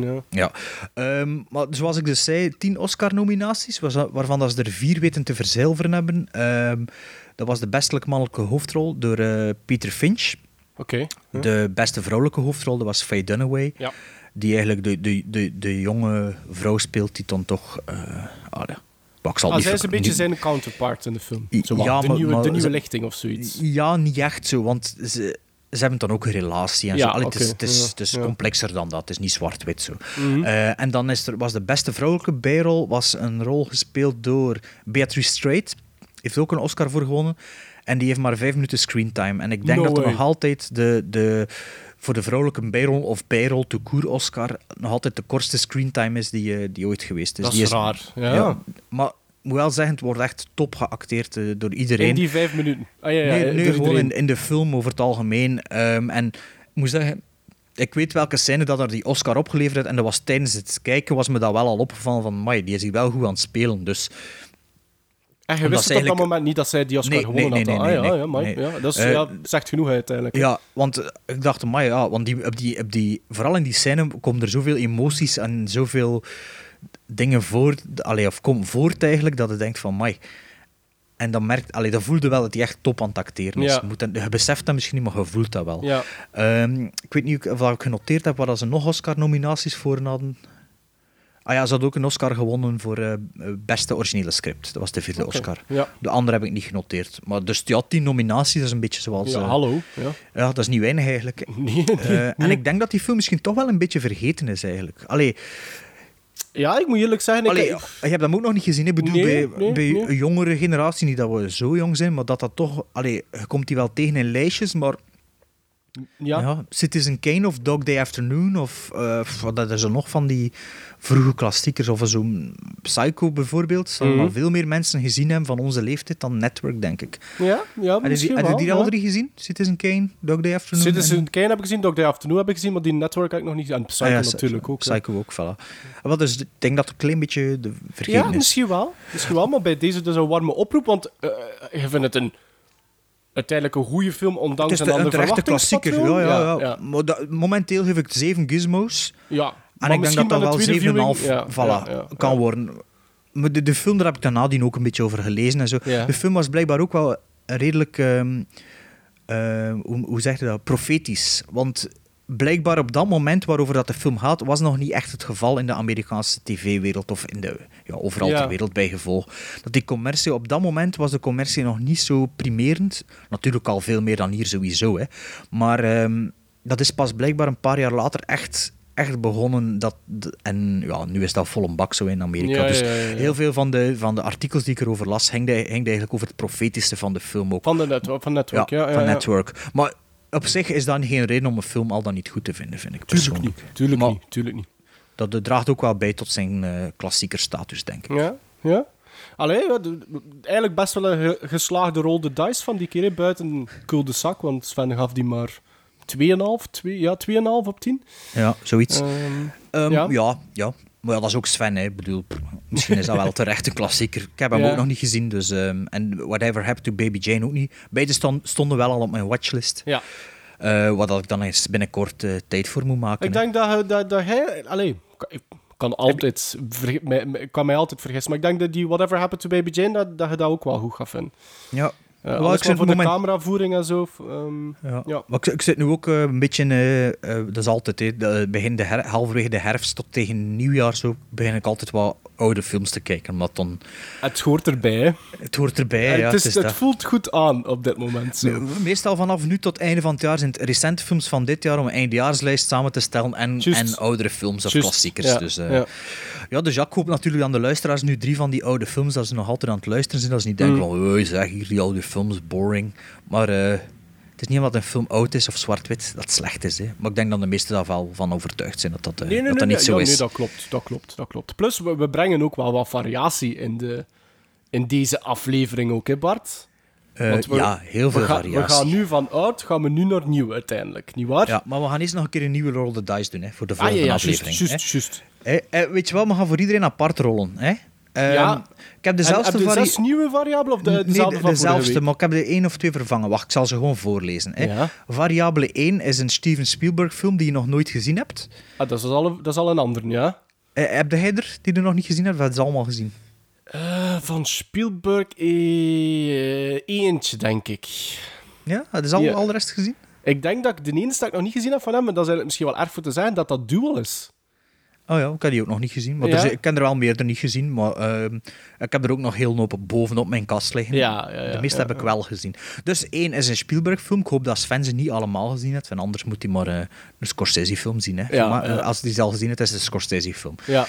Maar zoals ik dus zei, 10 Oscar-nominaties, waarvan dat ze er 4 weten te verzilveren hebben. Dat was de beste mannelijke hoofdrol door Peter Finch. De beste vrouwelijke hoofdrol, dat was Faye Dunaway. Ja. Die eigenlijk de jonge vrouw speelt die dan toch... zij is een beetje zijn counterpart in de film. De nieuwe lichting of zoiets. Ja, niet echt zo, want ze hebben dan ook een relatie. En zo. Het is complexer dan dat. Het is niet zwart-wit zo. Mm-hmm. En dan was de beste vrouwelijke bijrol was een rol gespeeld door Beatrice Straight. Heeft ook een Oscar voor gewonnen. En die heeft maar 5 minuten screentime. En ik denk dat er nog altijd voor de vrouwelijke bijrol of bijrol to court Oscar nog altijd de kortste screentime is die ooit geweest is. Dat is raar. Ja. Maar moet wel zeggen, het wordt echt top geacteerd door iedereen. In die 5 minuten? Nee, gewoon in de film over het algemeen. En ik moet zeggen, ik weet welke scène dat er die Oscar opgeleverd heeft en dat was tijdens het kijken was me dat wel al opgevallen van, amai, die is hier wel goed aan het spelen. Dus... En je wist op dat moment niet dat zij die Oscar gewonnen had? Nee. Dat zegt genoeg uiteindelijk. Ja, want ik dacht, want vooral in die scène komen er zoveel emoties en zoveel dingen komen voort eigenlijk, dat je denkt van, amai. En dan dat voelde wel dat hij echt top aan het acteren is. Ja. Je beseft dat misschien niet, maar je voelt dat wel. Ja. Ik weet niet of ik genoteerd heb waar ze nog Oscar-nominaties voor hadden. Ze had ook een Oscar gewonnen voor beste originele script. Dat was de 4e Oscar. Ja. De andere heb ik niet genoteerd. Maar dus 10 nominaties, dat is een beetje zoals... hallo. Ja, dat is niet weinig eigenlijk. Nee. En ik denk dat die film misschien toch wel een beetje vergeten is eigenlijk. Ja, ik moet eerlijk zeggen... Je hebt dat ook nog niet gezien. Ik bedoel, bij een jongere generatie, niet dat we zo jong zijn, maar dat toch... je komt die wel tegen in lijstjes, maar... Ja, Citizen Kane of Dog Day Afternoon of dat is er nog van die vroege klassiekers of zo'n Psycho bijvoorbeeld. Zal maar veel meer mensen gezien hebben van onze leeftijd dan Network, denk ik. Ja, misschien wel. Heb je die alle 3 gezien? Citizen Kane, Dog Day Afternoon? Citizen Kane heb ik gezien, Dog Day Afternoon heb ik gezien, maar die Network heb ik nog niet gezien. En Psycho natuurlijk ook. Psycho ook, voilà. Dus ik denk dat het een klein beetje vergeten is. Ja, misschien wel, maar bij deze dus een warme oproep, want je vindt het uiteindelijk een goede film, ondanks een andere verwachtingspatroon. Ja. Maar momenteel geef ik 7 gizmos. Ja. En ik denk dat wel 7,5 kan worden. Maar de film, daar heb ik daarna ook een beetje over gelezen en zo. Ja. De film was blijkbaar ook wel redelijk, hoe zeg je dat, profetisch. Want blijkbaar op dat moment waarover dat de film gaat, was nog niet echt het geval in de Amerikaanse tv-wereld of in overal ter wereld bij gevolg. Dat die commercie, op dat moment was de commercie nog niet zo primerend. Natuurlijk al veel meer dan hier sowieso. Hè. Maar dat is pas blijkbaar een paar jaar later echt begonnen. En nu is dat vol een bak zo in Amerika. Dus heel veel van de artikels die ik erover las, hengde eigenlijk over het profetische van de film ook. Van Network. Van Network. Maar op zich is dat geen reden om een film al dan niet goed te vinden, vind ik persoonlijk. Tuurlijk niet. Dat draagt ook wel bij tot zijn klassiekerstatus, denk ik. Ja. Eigenlijk best wel een geslaagde roll the dice van die keer, buiten cul-de-sac, want Sven gaf die maar 2,5 op 10. Ja, zoiets. Ja. Maar dat is ook Sven, hè. Ik bedoel, misschien is dat wel terecht een klassieker. Ik heb hem ook nog niet gezien, dus... en Whatever Happened to Baby Jane ook niet. Beide stonden wel al op mijn watchlist. Ja. Wat ik dan eens binnenkort tijd voor moet maken. Ik denk dat hij... Ik kan mij altijd vergissen, maar ik denk dat die Whatever Happened to Baby Jane, dat je dat ook wel goed gaat vinden. Ja. Ik zit voor de cameravoering en zo. Maar ik zit nu ook een beetje in... dat is altijd, halverwege de herfst tot tegen nieuwjaar zo, begin ik altijd wat oude films te kijken. Maar dan... Het hoort erbij. Het voelt goed aan op dit moment. Zo. Meestal vanaf nu tot einde van het jaar zijn het recente films van dit jaar om een eindejaarslijst samen te stellen en oudere films of klassiekers. Dus ik hoop natuurlijk aan de luisteraars nu 3 van die oude films dat ze nog altijd aan het luisteren zijn. Dat ze niet denken van, zeg hier die oude films, boring. Maar het is niet omdat een film oud is of zwart-wit dat het slecht is. Hè. Maar ik denk dat de meesten daar wel van overtuigd zijn dat niet zo is. Nee, dat klopt. Plus, we brengen ook wel wat variatie in deze aflevering ook, hè Bart? Heel veel variatie. We gaan nu van oud, gaan we nu naar nieuw uiteindelijk, niet waar? Ja, maar we gaan eens nog een keer een nieuwe Roll the Dice doen, hè, voor de volgende aflevering. Juist. Weet je wel, we gaan voor iedereen apart rollen. Hè? Ik heb dezelfde heb je 6 nieuwe variabelen of dezelfde van dezelfde, maar ik heb er 1 of 2 vervangen. Wacht, ik zal ze gewoon voorlezen. Hè. Ja. Variabele 1 is een Steven Spielberg film die je nog nooit gezien hebt. Dat is al een ander, ja. Heb jij er die je nog niet gezien hebt? Of heb je ze allemaal gezien? Van Spielberg eentje, denk ik. Ja? Heb je al de rest gezien? Ik denk dat ik de enige dat ik nog niet gezien heb van hem, maar dat is misschien wel erg voor te zeggen, dat Duel is. Oh ja, ik heb die ook nog niet gezien. Maar ik heb er wel meerdere niet gezien, maar ik heb er ook nog heel hoop bovenop mijn kast liggen. De meeste heb ik wel gezien. Dus 1 is een Spielberg-film. Ik hoop dat Sven ze niet allemaal gezien heeft, en anders moet hij maar een Scorsese-film zien. Hè. Als hij ze al gezien heeft, is het een Scorsese-film. Ja.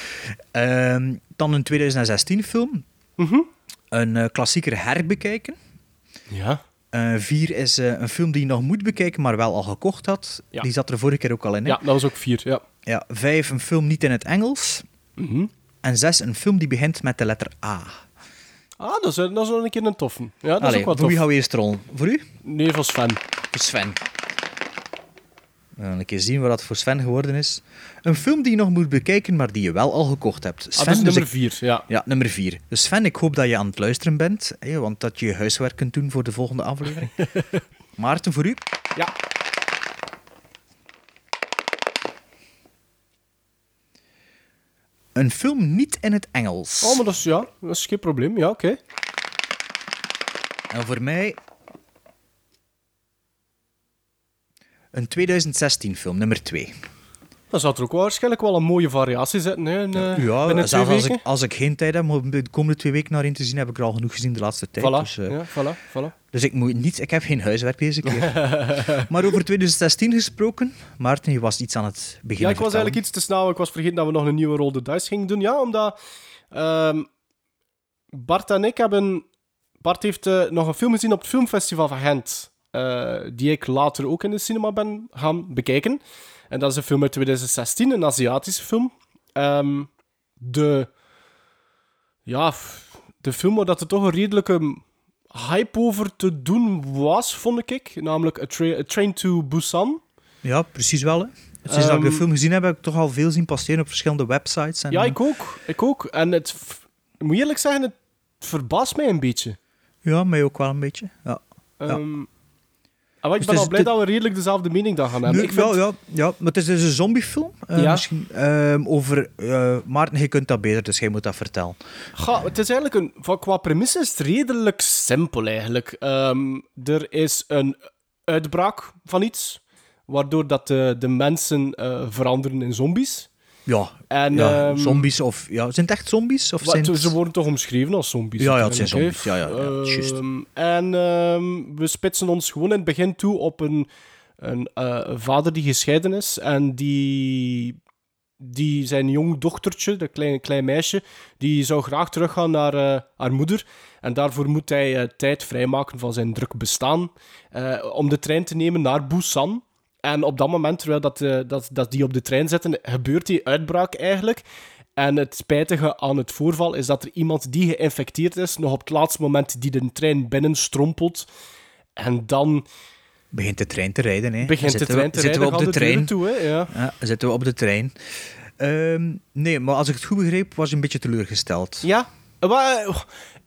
Dan een 2016-film. Een klassieker herbekijken. Ja. 4 is een film die je nog moet bekijken, maar wel al gekocht had. Ja. Die zat er vorige keer ook al in. Hè? Ja, dat was ook 4. Ja. 5, een film niet in het Engels. En 6, een film die begint met de letter A. Ah, dat is nog een keer een toffe. Ja, dat is Allee, ook wel voor wie tof. gaan we eerst rollen? Voor u? Nee, voor Sven. Voor Sven. We gaan een keer zien wat dat voor Sven geworden is. Een film die je nog moet bekijken, maar die je wel al gekocht hebt. Sven, Dat is dus nummer 4, ja. Ja, nummer 4. Dus Sven, ik hoop dat je aan het luisteren bent, want dat je je huiswerk kunt doen voor de volgende aflevering. Maarten, voor u? Ja. Een film niet in het Engels. Oh, maar dat is geen probleem. Ja, oké. En voor mij... een 2016 film, nummer 2. Dan zou er ook waarschijnlijk wel een mooie variatie zitten. Hè, binnen 2 zelfs weken. als ik geen tijd heb om de komende 2 weken naar in te zien, heb ik er al genoeg gezien de laatste tijd. Voilà, Dus, ja, voilà. dus ik heb geen huiswerk deze keer. Maar over 2016 gesproken, Maarten, je was iets aan het beginnen. Ja, ik was eigenlijk iets te snel. Ik was vergeten dat we nog een nieuwe Roll the Dice gingen doen. Ja, omdat Bart en ik hebben... Bart heeft nog een film gezien op het filmfestival van Gent. Die ik later ook in de cinema ben gaan bekijken. En dat is een film uit 2016, een Aziatische film. De film waar dat er toch een redelijke hype over te doen was, vond ik. Namelijk A Train to Busan. Ja, precies wel. Hè. Sinds dat ik de film gezien heb ik toch al veel zien passeren op verschillende websites. En... Ja, ik ook. En ik moet eerlijk zeggen, het verbaast mij een beetje. Ja, mij ook wel een beetje. Ja. Ik ben al blij dat we redelijk dezelfde mening dan gaan hebben. Ja, maar het is dus een zombiefilm. Misschien over... Maarten, je kunt dat beter, dus jij moet dat vertellen. Het is eigenlijk qua premisse is het redelijk simpel eigenlijk. Er is een uitbraak van iets, waardoor dat de mensen veranderen in zombies. Ja, zombies of... Ja, zijn het echt zombies? Of Ze worden toch omschreven als zombies? Ja, het zijn zombies. Ja, juist. En we spitsen ons gewoon in het begin toe op een vader die gescheiden is en die zijn jong dochtertje, dat klein meisje, die zou graag teruggaan naar haar moeder. En daarvoor moet hij tijd vrijmaken van zijn druk bestaan om de trein te nemen naar Busan. En op dat moment, terwijl dat die op de trein zitten, gebeurt die uitbraak eigenlijk. En het spijtige aan het voorval is dat er iemand die geïnfecteerd is, nog op het laatste moment die de trein binnenstrompelt. En dan... begint de trein te rijden, hè. Zitten we op de trein toe, hè. Ja, zitten we op de trein. Nee, maar als ik het goed begreep, was je een beetje teleurgesteld. Ja, maar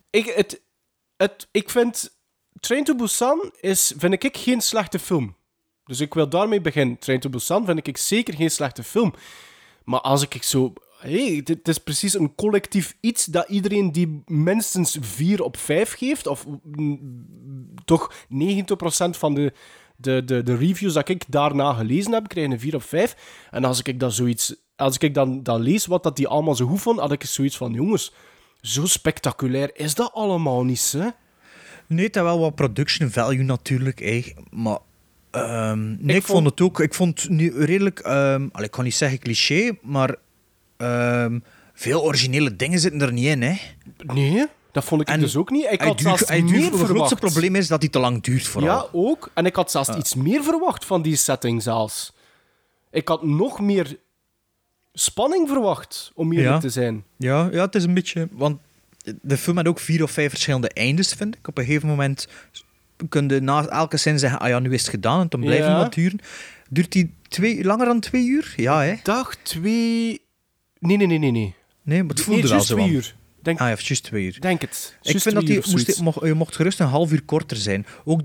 ik vind... Train to Busan vind ik geen slechte film. Dus ik wil daarmee beginnen. Train to Busan vind ik zeker geen slechte film. Maar als ik zo... dit is precies een collectief iets dat iedereen die minstens 4 op 5 geeft, of toch 90% van de reviews dat ik daarna gelezen heb, krijgen een 4 op 5. En als ik dan lees wat dat die allemaal zo goed vond, had ik zoiets van, jongens, zo spectaculair is dat allemaal niet, hè? Nee, het heeft wel wat production value natuurlijk, maar... nee, ik vond het ook... Ik vond nu redelijk... ik kan niet zeggen cliché, maar... veel originele dingen zitten er niet in, hè. Nee, dat vond ik dus ook niet. Ik had zelfs meer verwacht. Het grootste probleem is dat hij te lang duurt, vooral. Ja, ook. En ik had zelfs iets meer verwacht van die setting zelfs. Ik had nog meer spanning verwacht, om eerlijk te zijn. Ja, het is een beetje... Want de film had ook 4 of 5 verschillende eindes, vind ik. Op een gegeven moment... kun je na elke zin zeggen, nu is het gedaan, en dan blijft het wat duren. Duurt die langer dan 2 uur? Ja, hè? Ik dacht 2... Nee. Nee, maar het voelde wel zo 2 uur. Juist 2 uur. Denk het. Ik vind dat je mocht gerust een half uur korter zijn. Ook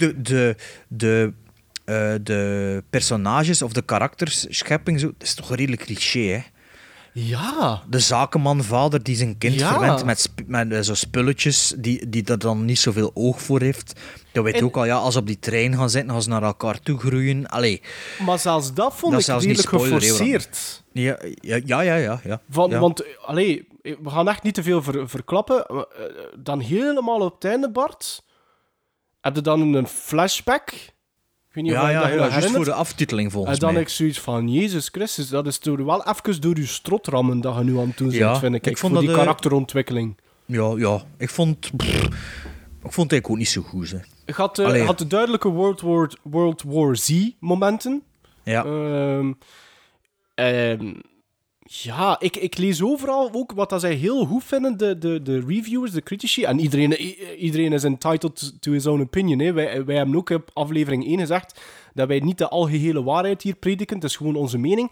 de personages of de karakters, schepping, dat is toch redelijk cliché, hè? Ja. De zakenmanvader die zijn kind verwendt met zo spulletjes die er dan niet zoveel oog voor heeft. Dat weet je ook al, als ze op die trein gaan zitten, gaan ze naar elkaar toe groeien. Allee. Maar zelfs dat vond ik redelijk geforceerd. Ja. Want, we gaan echt niet te veel verklappen. Dan helemaal op het einde, Bart, heb je dan een flashback... juist voor de aftiteling volgens mij. En dan heb ik zoiets van, Jezus Christus, dat is toch wel even door je strot rammen dat je nu aan het doen bent, vind ik vond voor die karakterontwikkeling. Ja. Ik vond het eigenlijk ook niet zo goed. Je had de duidelijke World War Z momenten. Ja. Ja, ik lees overal ook wat dat zij heel goed vinden, de reviewers, de critici. En iedereen is entitled to his own opinion. Hè. Wij hebben ook op aflevering 1 gezegd dat wij niet de algehele waarheid hier prediken. Het is gewoon onze mening.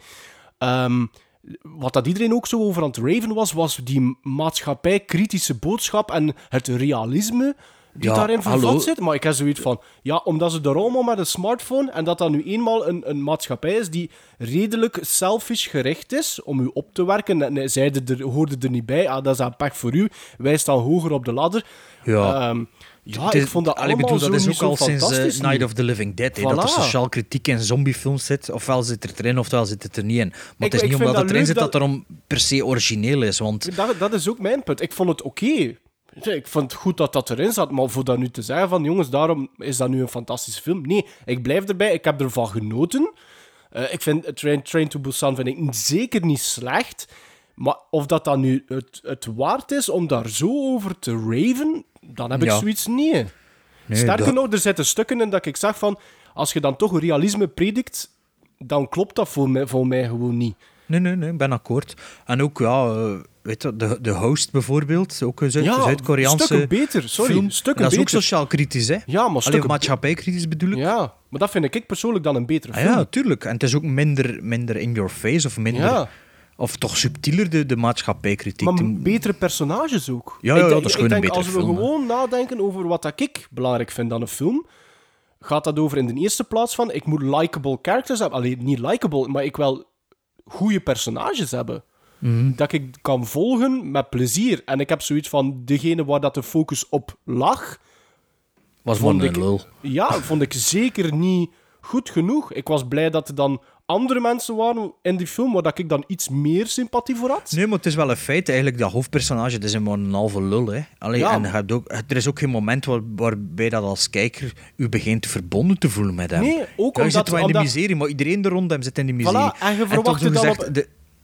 Wat dat iedereen ook zo over aan het raven was die maatschappij-kritische boodschap en het realisme die daarin vervat zit. Maar ik heb zoiets van, ja, omdat ze er allemaal met een smartphone en dat nu eenmaal een maatschappij is die redelijk selfish gericht is om u op te werken. En hoorde er niet bij, dat is een pech voor u. Wij staan hoger op de ladder. Ja. Ik vond dat allemaal dat is ook al sinds Night of the Living Dead. Voilà. Dat er sociaal kritiek in zombiefilms zit. Ofwel zit het erin, ofwel zit het er niet in. Maar het is niet omdat het erin zit dat daarom per se origineel is. Want... Dat is ook mijn punt. Ik vond het oké. Ik vond het goed dat dat erin zat, maar voor dat nu te zeggen van jongens, daarom is dat nu een fantastische film. Nee, ik blijf erbij. Ik heb ervan genoten. Ik vind Train to Busan vind ik zeker niet slecht. Maar of dat dan nu het waard is om daar zo over te raven, dan heb ik zoiets niet. Nee, sterker nog, er zitten stukken in dat ik zeg van, als je dan toch realisme predikt, dan klopt dat voor mij gewoon niet. Nee, ik ben akkoord. En ook, weet je, de Host bijvoorbeeld, ook een Zuid-Koreaanse stukken beter, film. Stukken dat is beter. ook sociaal kritisch, hè? Ja, maar stukken... maatschappijkritisch bedoel ik. Ja, maar dat vind ik persoonlijk dan een betere film. Ja, tuurlijk. En het is ook minder in your face, of minder... Ja. Of toch subtieler, de maatschappijkritiek. Maar betere personages ook. Dat is gewoon een betere als we film, gewoon nadenken over wat dat ik belangrijk vind aan een film, gaat dat over in de eerste plaats van, ik moet likable characters hebben. Alleen niet likable, maar ik wil goede personages hebben. Dat ik kan volgen met plezier. En ik heb zoiets van, degene waar dat de focus op lag... Was gewoon een lul. Ja, vond ik zeker niet goed genoeg. Ik was blij dat er dan andere mensen waren in die film, waar dat ik dan iets meer sympathie voor had. Nee, maar het is wel een feit eigenlijk, dat hoofdpersonage, het is maar een halve lul. Hè. En er is ook geen moment waarbij dat als kijker u begint te verbonden te voelen met hem. Nee, ook omdat... Je zit wel in de miserie, maar iedereen er rond hem zit in de miserie. Voilà, en je verwacht het dan op...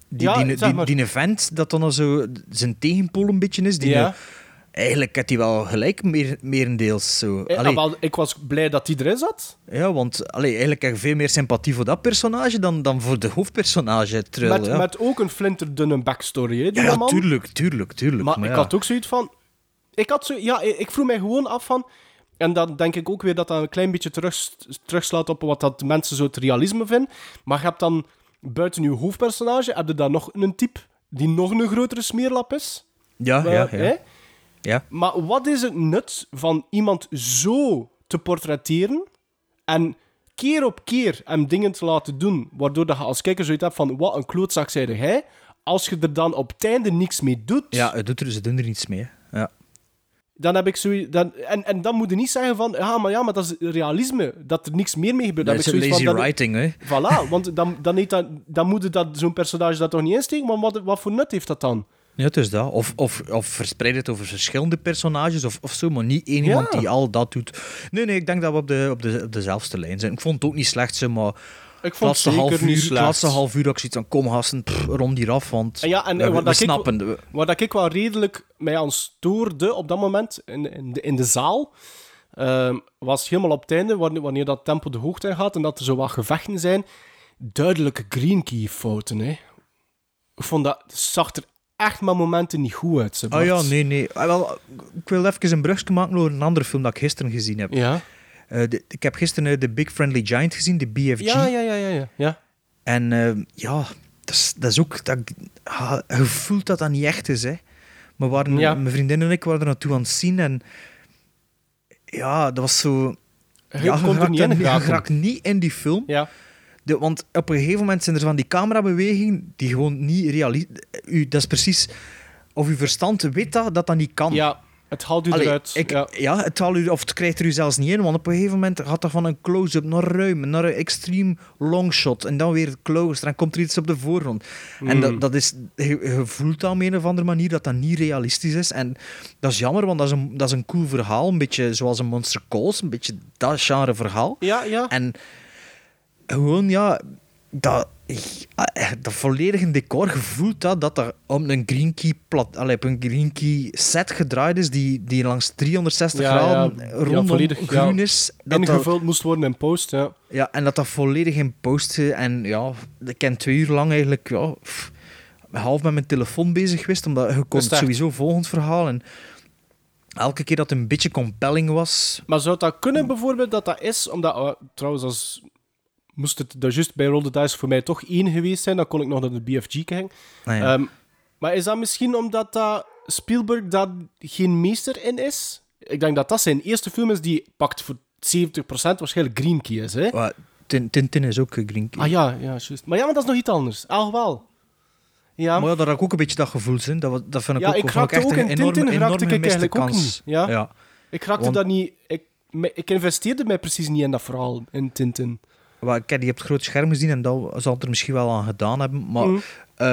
Die vent, dat dan zo zijn tegenpool een beetje is, eigenlijk had hij wel gelijk, merendeels. Zo. Ik was blij dat hij erin zat. Ja, want eigenlijk heb je veel meer sympathie voor dat personage dan voor de hoofdpersonage. Met ook een flinterdunne backstory, hè, ja, tuurlijk. Maar ik had ook zoiets van... Ik vroeg mij gewoon af van... En dan denk ik ook weer dat dat een klein beetje terugslaat op wat dat mensen zo het realisme vinden. Maar je hebt dan, buiten je hoofdpersonage, heb je dan nog een type die nog een grotere smeerlap is. Ja. Maar wat is het nut van iemand zo te portretteren en keer op keer hem dingen te laten doen, waardoor je als kijker zoiets hebt van, wat een klootzak zei hij, als je er dan op het einde niks mee doet... Ja, ze doen er niets mee. Ja. Dan heb ik zoiets... En dan moet je niet zeggen van, maar dat is realisme, dat er niks meer mee gebeurt. Dat is lazy writing, hè? Voilà, want dan moet je zo'n personage dat toch niet insteken, maar wat voor nut heeft dat dan? Ja, het is dat. Of verspreid het over verschillende personages of zo, maar niet één iemand die al dat doet. Nee, ik denk dat we op dezelfde lijn zijn. Ik vond het ook niet slecht, maar... Ik vond het zeker niet slecht. Het laatste half uur dat ik zoiets van, kom gasten, rond hier af, want we snappen. Waar ik wel redelijk mij aan stoorde op dat moment, in de zaal, was helemaal op het einde, wanneer dat tempo de hoogte in gaat en dat er zo wat gevechten zijn, duidelijke green key fouten. Hè. Ik vond dat zag er echt maar momenten niet goed uit. Oh ja, nee. Ik wil even een brugje maken over een andere film dat ik gisteren gezien heb. Ja. Ik heb gisteren The Big Friendly Giant gezien, de BFG. Ja. En dat is ook... Je voelt dat dat niet echt is, hè. Mijn vriendin en ik waren er naartoe aan het zien en... Ja, dat was zo... Je raakt niet in die film. Ja. Want op een gegeven moment zijn er van die camerabewegingen die gewoon niet realistisch... Dat is precies... Of uw verstand weet dat niet kan. Ja, het haalt u eruit. Het haalt u, of het krijgt er u zelfs niet in, want op een gegeven moment gaat dat van een close-up naar ruim, naar een extreem longshot, en dan weer closer, en komt er iets op de voorgrond. En dat is... Je voelt dat op een of andere manier dat niet realistisch is. En dat is jammer, want dat is een cool verhaal, een beetje zoals een Monster Calls, een beetje dat genre verhaal. Ja. En gewoon, dat volledige decor, je voelt dat er op een green key set gedraaid is die langs 360 graden rondom groen is. Ingevuld moest worden in post, ja. Ja, en dat volledig in post en ik ken 2 uur lang eigenlijk half met mijn telefoon bezig geweest, omdat je kon Dat is het echt. sowieso volgen het verhaal. En elke keer dat het een beetje compelling was... Maar zou dat kunnen bijvoorbeeld dat is, omdat... trouwens, als moest het daar juist bij Roll the Dice voor mij toch 1 geweest zijn, dan kon ik nog naar de BFG kijken. Nou ja. Maar is dat misschien omdat dat Spielberg daar geen meester in is? Ik denk dat dat zijn eerste film is die pakt voor 70% waarschijnlijk Green Key is, hè? Maar Tintin is ook Green Key. Ah ja, juist. Maar dat is nog iets anders. Wel. Ja, Maar ja, daar had ik ook een beetje dat gevoel in. Dat vind ik Ja, ook, ik vond raakte echt ook een in Tintin, enorme raakte ik gemiste eigenlijk ook kans. niet. Ja. Ik raakte Want- dat niet... Ik investeerde mij precies niet in dat verhaal, in Tintin. Maar kijk, die hebt het groot scherm gezien en dat zal het er misschien wel aan gedaan hebben. Maar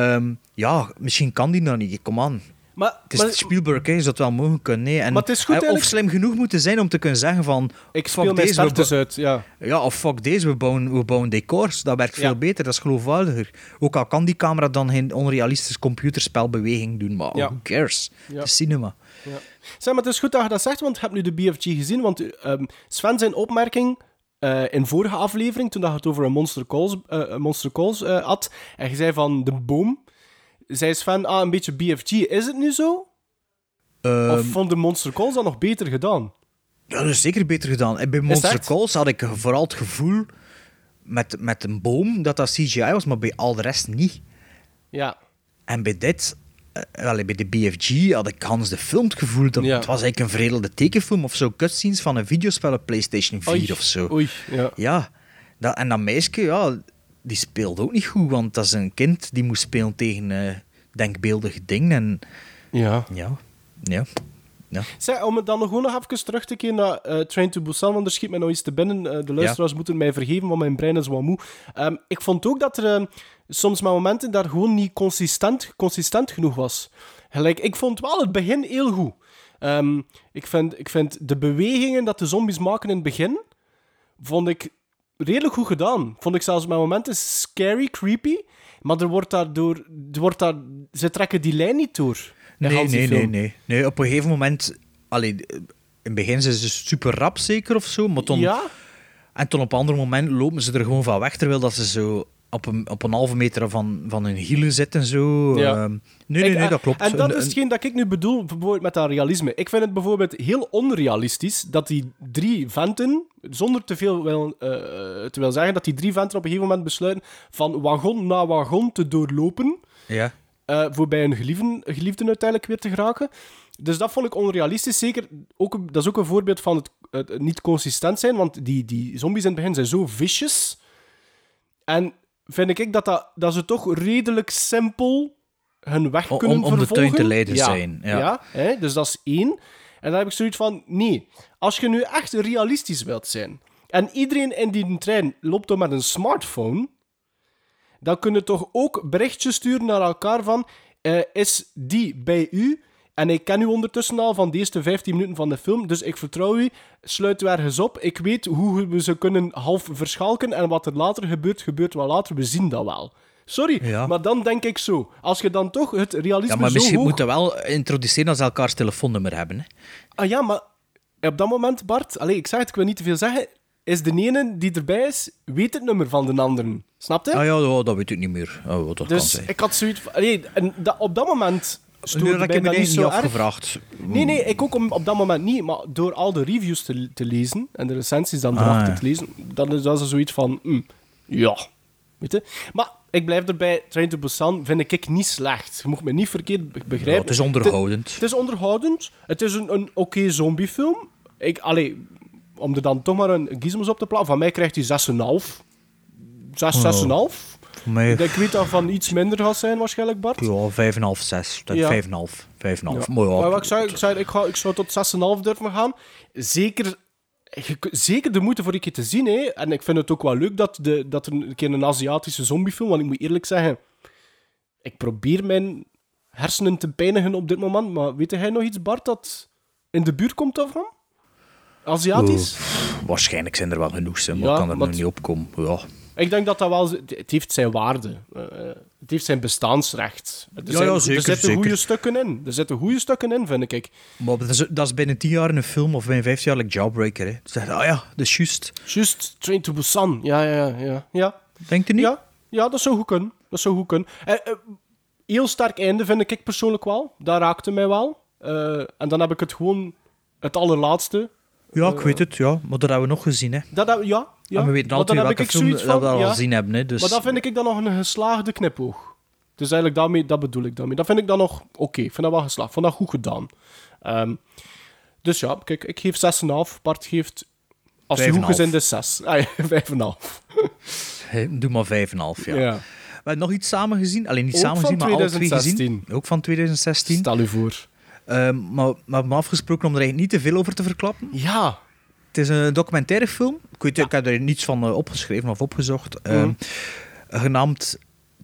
misschien kan die nou niet. Kom aan. Maar, Het is Spielberg, hè. Je zou het wel mogen kunnen. Nee. En, Maar het is goed of eigenlijk- slim genoeg moeten zijn om te kunnen zeggen van... ik fuck speel mijn deze, starters uit, ja. Ja, of fuck deze, we bouwen decors. Dat werkt veel Ja. beter, dat is geloofwaardiger. Ook al kan die camera dan geen onrealistisch computerspelbeweging doen, maar Ja. who cares? Ja. Het is cinema. Zeg, maar het is goed dat je dat zegt, want je hebt nu de BFG gezien. Want Sven zijn opmerking in vorige aflevering, toen dat je het over een Monster Calls had, en je zei van de boom, zei Sven, een beetje BFG. Is het nu zo? Of vond de Monster Calls dat nog beter gedaan? Ja, dat is zeker beter gedaan. En bij Monster echt? Calls had ik vooral het gevoel met een boom dat CGI was, maar bij al de rest niet. Ja. En bij dit, bij de BFG, had ik Hans de film het gevoel dat Ja. het was eigenlijk een veredelde tekenfilm of zo, cutscenes van een videospel op PlayStation 4 Oei, of zo. Oei, ja. Ja, en dat meisje, die speelde ook niet goed, want dat is een kind die moest spelen tegen denkbeeldige dingen. En Ja. ja. Zeg, om het dan gewoon nog even terug te keren naar Train to Busan, want er schiet mij nog iets te binnen. De luisteraars moeten mij vergeven, want mijn brein is wat moe. Ik vond ook dat er soms met momenten daar gewoon niet consistent genoeg was. Gelijk, ik vond wel het begin heel goed. Ik vind de bewegingen dat de zombies maken in het begin, vond ik redelijk goed gedaan. Vond ik zelfs met momenten scary, creepy, maar ze trekken die lijn niet door. Nee. Op een gegeven moment... in het begin zijn ze super rap zeker of zo, maar toen... Ja? En toen op een ander moment lopen ze er gewoon van weg, terwijl dat ze zo op een halve meter van hun hielen zitten. Zo. Ja. Nee, dat klopt. En dat is hetgeen dat ik nu bedoel bijvoorbeeld met dat realisme. Ik vind het bijvoorbeeld heel onrealistisch dat die 3 venten, zonder te veel te willen zeggen, dat die 3 venten op een gegeven moment besluiten van wagon na wagon te doorlopen. Ja. Voor bij een geliefde uiteindelijk weer te geraken. Dus dat vond ik onrealistisch. Zeker, dat is ook een voorbeeld van het niet consistent zijn, want die zombies in het begin zijn zo vicious. En vind ik dat ze toch redelijk simpel hun weg kunnen om vervolgen. de tuin te leiden zijn. Ja. Dus dat is 1. En dan heb ik zoiets van, nee, als je nu echt realistisch wilt zijn, en iedereen in die trein loopt dan met een smartphone, dan kun je toch ook berichtjes sturen naar elkaar van, is die bij u? En ik ken u ondertussen al van de eerste 15 minuten van de film, dus ik vertrouw u, sluit u ergens op. Ik weet hoe we ze kunnen half verschalken en wat er later gebeurt wel later. We zien dat wel. Sorry, maar dan denk ik zo. Als je dan toch het realisme Ja, maar zo misschien hoog... moeten we wel introduceren als ze elkaars telefoonnummer hebben. Hè? Ah ja, maar op dat moment, Bart, ik zeg het, ik wil niet te veel zeggen, is de ene die erbij is, weet het nummer van de anderen. Snap je? Ah ja, dat weet ik niet meer. Dat kan Dus zijn. ik had zoiets van... op dat moment... Nu heb ik me niet niet zo erg. afgevraagd. Nee, ik ook op dat moment niet. Maar door al de reviews te lezen en de recensies dan erachter te lezen, dan is dat zoiets van... ja, weet je. Maar ik blijf erbij, Train to Busan vind ik niet slecht. Je moet me niet verkeerd begrijpen. Ja, het is onderhoudend. Het is onderhoudend. Het is een oké zombiefilm. Om er dan toch maar een gizmos op te plaatsen. Van mij krijgt hij 6,5. 6,5. Maar, Ik weet dat van iets minder gaat zijn waarschijnlijk, Bart. ja, 5,5, 6. 5,5. Ja. 5,5. Maar ja, Maar wat ik zou tot 6,5 durven gaan. Zeker de moeite voor een keer te zien. Hè. En ik vind het ook wel leuk dat er een keer een Aziatische zombiefilm... Want ik moet eerlijk zeggen... Ik probeer mijn hersenen te pijnigen op dit moment. Maar weet jij nog iets, Bart, dat in de buurt komt daarvan? Aziatisch? waarschijnlijk zijn er wel genoeg, maar Ja, ik kan er maar nu niet op komen. Ja. Ik denk dat wel... Het heeft zijn waarde. Het heeft zijn bestaansrecht. Ja, zeker, er zitten zeker. goede stukken in. Er zitten goede stukken in, vind ik. Maar dat is binnen 10 jaar een film of binnen 5 jaar like Jawbreaker. Hè. Ze zeggen, dat is juist. Juist, Train to Busan. Ja. Denkt u niet? Ja, dat zou goed kunnen. heel sterk einde, vind ik persoonlijk wel. Dat raakte mij wel. En dan heb ik het gewoon het allerlaatste. Ja, ik weet het, ja. Maar dat hebben we nog gezien, hè. Ja. En we weten altijd welke film dat we al gezien hebben, hè. Dus... Maar dat vind ik dan nog een geslaagde knipoog. Dus eigenlijk dat bedoel ik daarmee. Dat vind ik dan nog oké. Ik vind dat wel geslaagd. Ik vond dat goed gedaan. Dus ja, kijk, ik geef 6,5. Bart geeft, als je goed gezin is, 6. 5,5. Doe maar 5,5, ja. Ja. We hebben nog iets samen gezien. Alleen niet Ook samen gezien, maar alle twee 2016. gezien. Ook van 2016. Stel u voor. Maar we hebben afgesproken om er eigenlijk niet te veel over te verklappen. Ja. Het is een documentaire film. Ik heb er niets van opgeschreven of opgezocht. Genaamd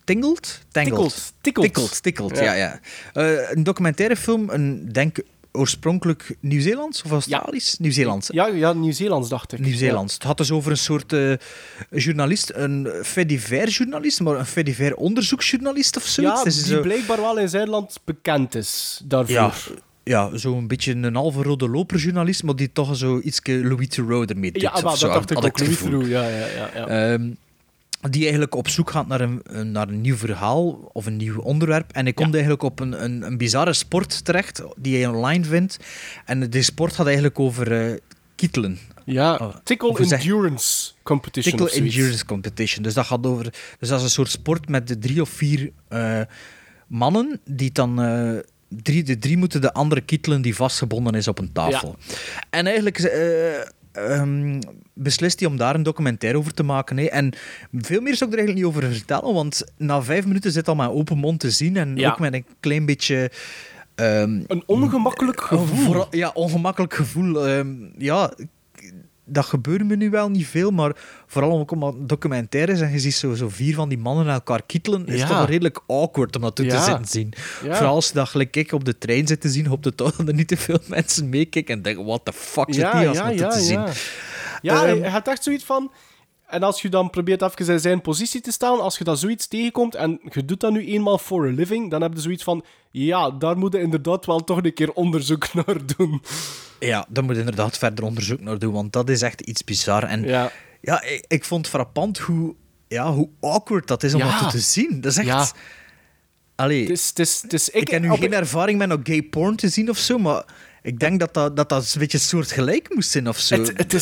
Tangled, ja. Een documentaire film, denk oorspronkelijk Nieuw-Zeelands of Australisch? Ja. Nieuw-Zeelands. Ja, Nieuw-Zeelands dacht ik. Nieuw-Zeelands. Ja. Het had dus over een soort journalist, een fait divers journalist, maar een fait divers onderzoeksjournalist of zoiets. Ja, dus die blijkbaar wel in zijn land bekend is daarvoor. Ja, zo'n beetje een halve rode loperjournalist, maar die toch zo iets Louis Theroux ermee doet. Ja, maar dat dacht ik ook, Louis Theroux, ja. Die eigenlijk op zoek gaat naar een nieuw verhaal of een nieuw onderwerp. En hij komt eigenlijk op een bizarre sport terecht, die hij online vindt. En die sport gaat eigenlijk over kittelen. Ja, Tickle Endurance Competition. Tickle Endurance Competition. Dus dat gaat over... Dus dat is een soort sport met de 3 of 4 mannen die dan... De drie moeten de andere kittelen die vastgebonden is op een tafel. Ja. En eigenlijk beslist hij om daar een documentaire over te maken. Hè. En veel meer zou ik er eigenlijk niet over vertellen, want na 5 minuten zit al met open mond te zien en ook met een klein beetje... een ongemakkelijk gevoel. Ongemakkelijk gevoel. Dat gebeurt me nu wel niet veel, maar vooral ook omdat documentaires en je ziet zo 4 van die mannen elkaar kittelen, is toch redelijk awkward om dat toe te zitten zien. Ja. Vooral als je dat gelijk ik op de trein zit te zien, hoop je toch dat er niet te veel mensen meekijken en denken, what the fuck zit die als te zien. Ja, je hebt echt zoiets van... En als je dan probeert even in zijn positie te staan, als je dat zoiets tegenkomt en je doet dat nu eenmaal for a living, dan heb je zoiets van, ja, daar moet je inderdaad wel toch een keer onderzoek naar doen. Ja, daar moet je inderdaad verder onderzoek naar doen, want dat is echt iets bizar. En ik vond het frappant hoe awkward dat is om dat te zien. Dat is echt... Ja. Allee, ik heb nu geen ervaring met nog gay porn te zien of zo, maar... Ik denk dat een beetje een soort gelijk moest zijn of zo.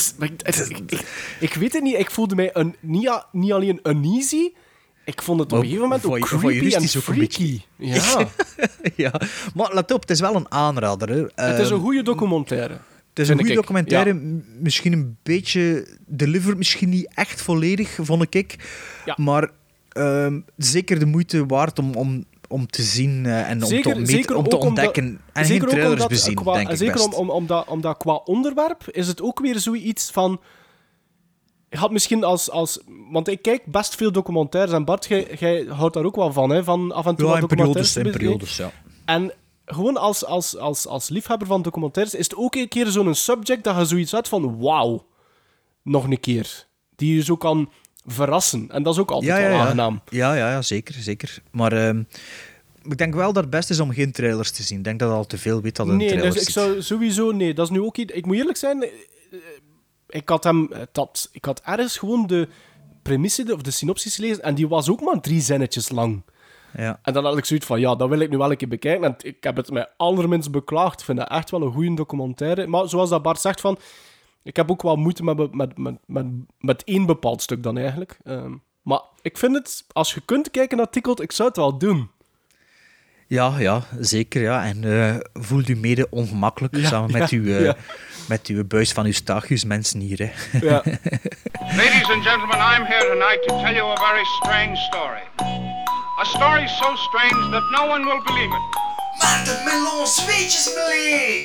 Ik weet het niet. Ik voelde mij niet alleen uneasy. Ik vond het op een gegeven moment ook creepy en freaky. Ja. Ja, maar let op, het is wel een aanrader. Hè. Het is een goede documentaire. Het is een goede documentaire. Misschien een beetje... Delivered misschien niet echt volledig, vond ik. Ja. Maar zeker de moeite waard om te zien en om te ontdekken. En geen trailers bezien, denk ik zeker best. Omdat qua onderwerp is het ook weer zoiets van... Je had misschien als... Want ik kijk best veel documentaires. En Bart, jij houdt daar ook wel van, hè? Van af en toe documentaires. In periodes, ja. En gewoon als liefhebber van documentaires is het ook een keer zo'n subject dat je zoiets hebt van... Wauw, nog een keer. Die je zo kan... verrassen. En dat is ook altijd wel aangenaam. Ja, zeker. Maar ik denk wel dat het best is om geen trailers te zien. Ik denk dat je al te veel weet dat een trailer is. Nee, ik zou sowieso... Nee, dat is nu ook iets... Ik moet eerlijk zijn... Ik had ergens gewoon de premisse of de synopsis gelezen en die was ook maar 3 zinnetjes lang. Ja. En dan had ik zoiets van, dat wil ik nu wel een keer bekijken. En ik heb het mij allerminst beklaagd. Ik vind dat echt wel een goede documentaire. Maar zoals dat Bart zegt van... Ik heb ook wel moeite met één bepaald stuk dan eigenlijk. Maar ik vind het, als je kunt kijken naar Tickled, ik zou het wel doen. Ja, zeker. Ja. En voel u mede ongemakkelijk samen met uw buis van Eustachius mensen hier. Hè. Ja. Ladies and gentlemen, I'm here tonight to tell you a very strange story. A story so strange that no one will believe it. Maar de melon zweetjes beleefd!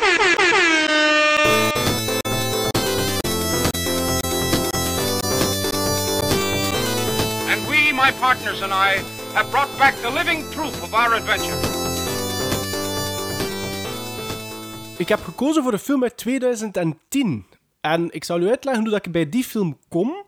My partners and I have brought back the living proof of our adventure. Ik heb gekozen voor een film uit 2010. En ik zal u uitleggen hoe dat ik bij die film kom.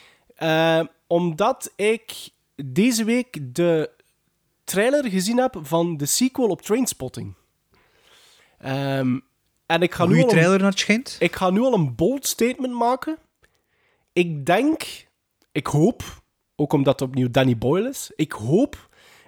Omdat ik deze week de trailer gezien heb van de sequel op Trainspotting. En ik ga goeie trailer naar het schijnt. Ik ga nu al een bold statement maken. Ik hoop... Ook omdat het opnieuw Danny Boyle is. Ik hoop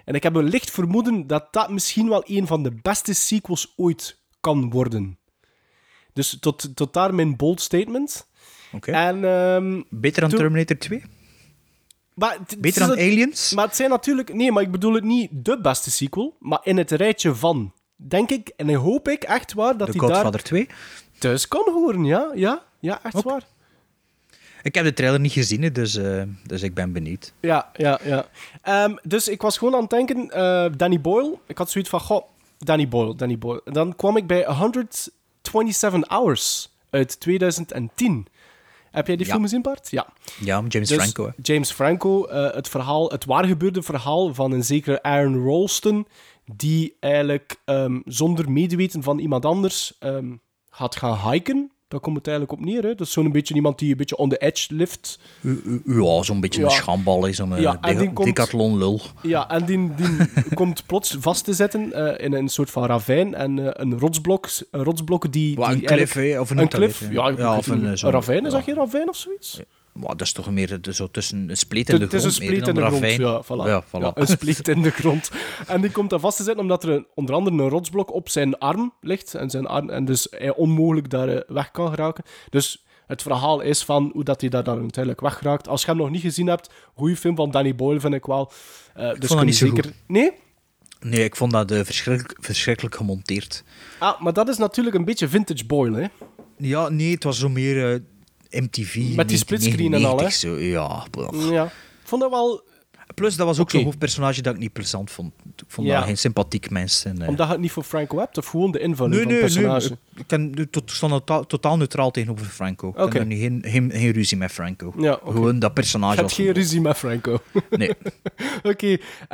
En ik heb een licht vermoeden dat dat misschien wel een van de beste sequels ooit kan worden. Dus tot daar mijn bold statement. Oké. En, beter dan Terminator 2? Beter dan Aliens? Maar het zijn natuurlijk... Nee, maar ik bedoel het niet de beste sequel, maar in het rijtje van. Denk ik, en hoop ik echt waar dat The hij daar... Godfather 2? Thuis kan horen, ja, echt waar. Ik heb de trailer niet gezien, hè, dus ik ben benieuwd. Ja. Dus ik was gewoon aan het denken, Danny Boyle. Ik had zoiets van, goh, Danny Boyle. En dan kwam ik bij 127 Hours uit 2010. Heb jij die film gezien, Bart? Ja. Ja, James Franco. Hè. James Franco, het waargebeurde verhaal van een zekere Aaron Ralston, die eigenlijk zonder medeweten van iemand anders gaat gaan hiken. Daar komt het eigenlijk op neer. Hè. Dat is zo'n beetje iemand die een beetje on the edge lift. Ja, zo'n beetje een schambal, zo'n decathlon-lul. Ja, en die komt plots vast te zitten in een soort van ravijn. En een rotsblok die... Een cliff, of een cliff. Een ravijn, is dat geen ravijn of zoiets? Dat is toch meer zo tussen een spleet in de grond. Het is een spleet in de grond, ja, voilà. Ja, een spleet in de grond. En die komt daar vast te zitten omdat er onder andere een rotsblok op zijn arm ligt. En dus hij onmogelijk daar weg kan geraken. Dus het verhaal is van hoe dat hij daar dan uiteindelijk weggeraakt. Als je hem nog niet gezien hebt, goede film van Danny Boyle vind ik wel. Dus ik vond dat niet zeker... Goed. Nee? Nee, ik vond dat verschrikkelijk gemonteerd. Ah, maar dat is natuurlijk een beetje vintage Boyle, hè? Ja, nee, het was zo meer... MTV. Met die splitscreen en al, hè? Zo, ja. Ik vond dat wel... Plus, dat was ook zo'n hoofdpersonage dat ik niet plezant vond. Ik vond dat geen sympathiek mens. Omdat je het niet voor Franco hebt, of gewoon de invulling van het personage? Nee. Ik stond totaal neutraal tegenover Franco. Ik heb geen ruzie met Franco. Ja, gewoon dat personage. Je hebt geen ruzie met Franco? Nee. Oké.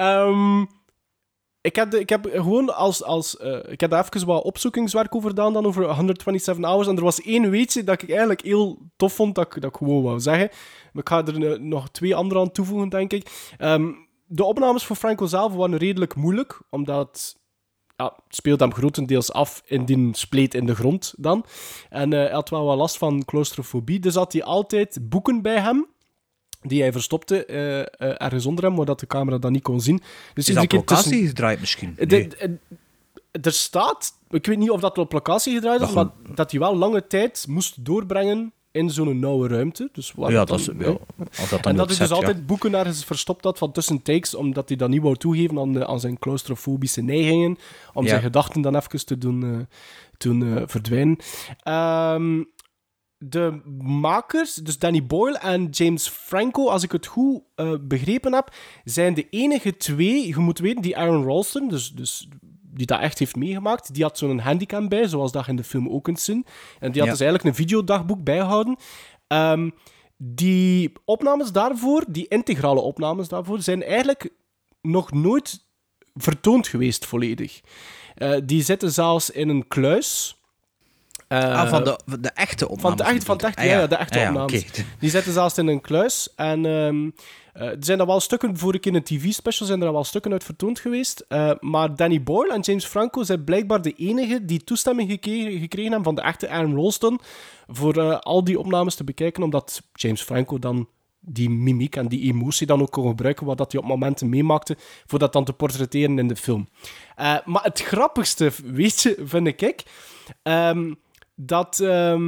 Ik heb gewoon ik heb daar even wat opzoekingswerk over gedaan, dan over 127 Hours. En er was één weetje dat ik eigenlijk heel tof vond, dat ik gewoon wou zeggen. Maar ik ga er nog 2 andere aan toevoegen, denk ik. De opnames voor Franco zelf waren redelijk moeilijk, omdat... Ja, het speelt hem grotendeels af in die spleet in de grond dan. En hij had wel wat last van claustrofobie, dus had hij altijd boeken bij hem, die hij verstopte ergens onder hem, waar dat de camera dat niet kon zien. Dus is dat op locatie gedraaid misschien? Nee. Er staat... Ik weet niet of dat op locatie gedraaid is, maar dat hij wel lange tijd moest doorbrengen in zo'n nauwe ruimte. Dus als dat dan en dat hij dus altijd boeken ergens verstopt had van tussen takes, omdat hij dat niet wou toegeven aan zijn claustrofobische neigingen, om zijn gedachten dan even te doen verdwijnen. De makers, dus Danny Boyle en James Franco, als ik het goed begrepen heb, zijn de enige 2, je moet weten, die Aaron Ralston, dus die dat echt heeft meegemaakt, die had zo'n handicap bij, zoals dat je in de film ook kunt zien. En die had dus eigenlijk een videodagboek bijgehouden. Die opnames daarvoor, die integrale opnames daarvoor, zijn eigenlijk nog nooit vertoond geweest volledig. Die zitten zelfs in een kluis. Van de echte opnames? De echte opnames. Okay. Die zitten zelfs in een kluis. En er zijn er wel stukken, voor ik in een tv-special zijn er wel stukken uit vertoond geweest. Maar Danny Boyle en James Franco zijn blijkbaar de enige die toestemming gekregen hebben van de echte Aaron Ralston voor al die opnames te bekijken, omdat James Franco dan die mimiek en die emotie dan ook kon gebruiken, wat dat hij op momenten meemaakte, voor dat dan te portretteren in de film. Maar het grappigste, weet je, vind ik, dat...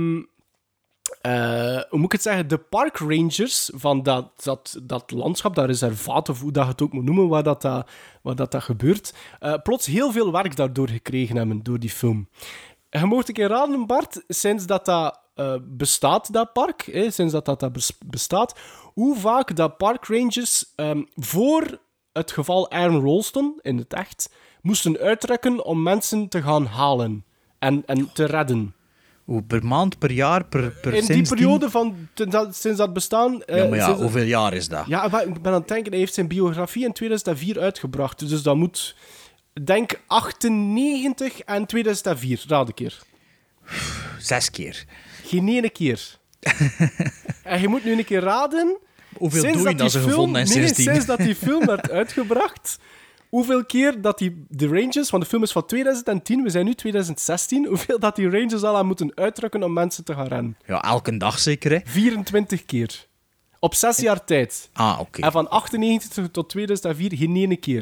hoe moet ik het zeggen? De park rangers van dat landschap, dat reservaat, of hoe dat je het ook moet noemen, waar dat gebeurt, plots heel veel werk daardoor gekregen hebben, door die film. Je mocht een keer raden, Bart, sinds dat bestaat, dat park, sinds dat bestaat, hoe vaak dat park rangers voor het geval Aaron Ralston, in het echt, moesten uittrekken om mensen te gaan halen en te redden. Per maand, per jaar, per in die periode sinds dat bestaan... hoeveel jaar is dat? Ja, ik ben aan het denken, hij heeft zijn biografie in 2004 uitgebracht. Dus dat moet, denk 98 en 2004, raad een keer. 6 keer. Geen ene keer. En je moet nu een keer raden... Hoeveel doden dat ze gevonden hebben sindsdien? Sinds dat die film werd uitgebracht... Hoeveel keer dat de Rangers, want de film is van 2010, we zijn nu 2016, hoeveel dat die Rangers al aan moeten uitdrukken om mensen te gaan rennen? Ja, elke dag zeker, hè? 24 keer. Op 6 jaar tijd. Ah, oké. En van 98 tot 2004 geen ene keer.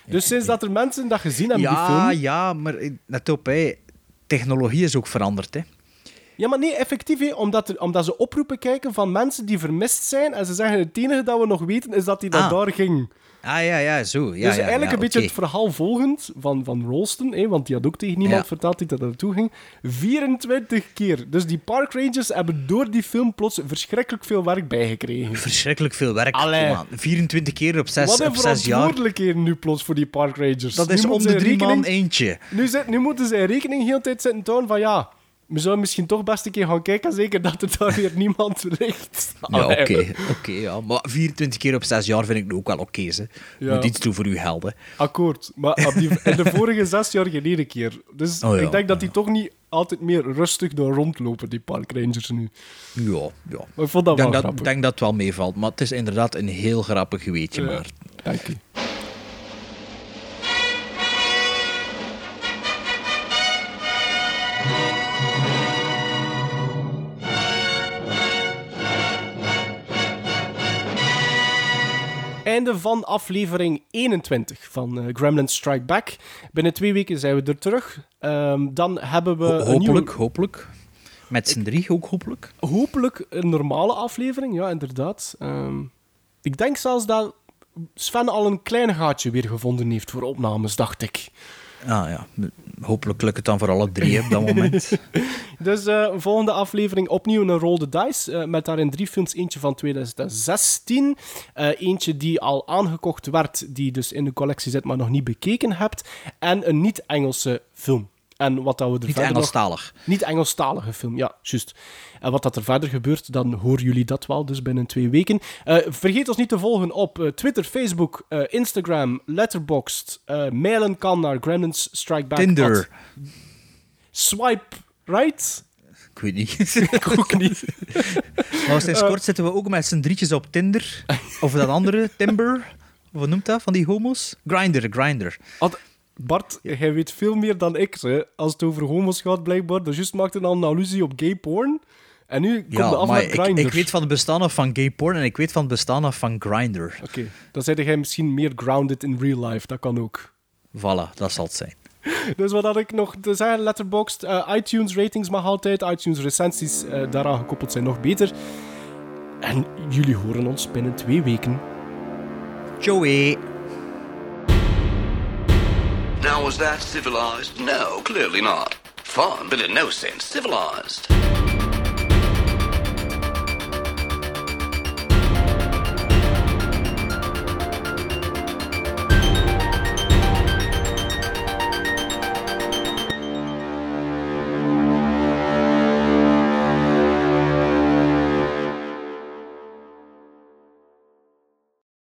Dus sinds dat er mensen dat gezien hebben, die film... Ja, maar let op, hè. Technologie is ook veranderd, hè. Ja, maar nee, effectief, hè, omdat ze oproepen kijken van mensen die vermist zijn en ze zeggen, het enige dat we nog weten is dat hij daar ging. Ja, zo. Ja, dus eigenlijk een beetje okay. het verhaal volgend van Ralston, hè, want die had ook tegen niemand verteld dat hij naartoe ging. 24 keer. Dus die Park Rangers hebben door die film plots verschrikkelijk veel werk bijgekregen. Verschrikkelijk veel werk. Man. 24 keer op 6 jaar. Wat een verantwoordelijkheden nu plots voor die Park Rangers. Dat is om de 3 man eentje. Nu moeten zij rekening de hele tijd zitten tonen van ja... We zouden misschien toch best een keer gaan kijken, zeker dat er daar weer niemand ligt. Ja, oké, ja. Maar 24 keer op 6 jaar vind ik nu ook wel oké. Je moet iets doen voor uw helden. Akkoord. Maar in de vorige 6 jaar geen ene keer. Dus ik denk dat die toch niet altijd meer rustig door rondlopen, die Park Rangers nu. Ja. Maar ik vond dat wel grappig. Ik denk dat het wel meevalt, maar het is inderdaad een heel grappig weetje, maar... Dank u. Einde van aflevering 21 van Gremlins Strike Back. Binnen 2 weken zijn we er terug. Dan hebben we Hopelijk. Met z'n 3 ook hopelijk. Hopelijk een normale aflevering, ja, inderdaad. Ik denk zelfs dat Sven al een klein gaatje weer gevonden heeft voor opnames, dacht ik. Ja. Hopelijk lukt het dan voor alle 3 op dat moment. Dus volgende aflevering opnieuw een Roll the Dice. Met daarin 3 films. Eentje van 2016. Eentje die al aangekocht werd, die dus in de collectie zit, maar nog niet bekeken hebt. En een niet-Engelse film. En wat dat we er niet verder Engelstalig. Nog... Niet Engelstalige film, ja, juist. En wat dat er verder gebeurt, dan horen jullie dat wel, dus binnen 2 weken. Vergeet ons niet te volgen op Twitter, Facebook, Instagram, Letterboxd. Mailen kan naar gremlinsstrikeback. Tinder. Swipe right? Ik weet niet. Ik ook niet. Maar sinds kort zitten we ook met z'n 3'tjes op Tinder. Of dat andere, Timber. Wat noemt dat, van die homo's? Grindr. Bart, jij weet veel meer dan ik, hè, als het over homo's gaat, blijkbaar. Dus juist maakte dan een allusie op gay porn. En nu komt de af met Grindr. Ik weet van het bestaan af van gay porn en ik weet van het bestaan af van Grindr. Oké, dan zei jij misschien meer grounded in real life. Dat kan ook. Voilà, dat zal het zijn. Dus wat had ik nog te zeggen? Letterboxd, iTunes ratings mag altijd. iTunes recensies daaraan gekoppeld zijn nog beter. En jullie horen ons binnen 2 weken. Joey. Now, was that civilized? No, clearly not. Fun, but in no sense civilized.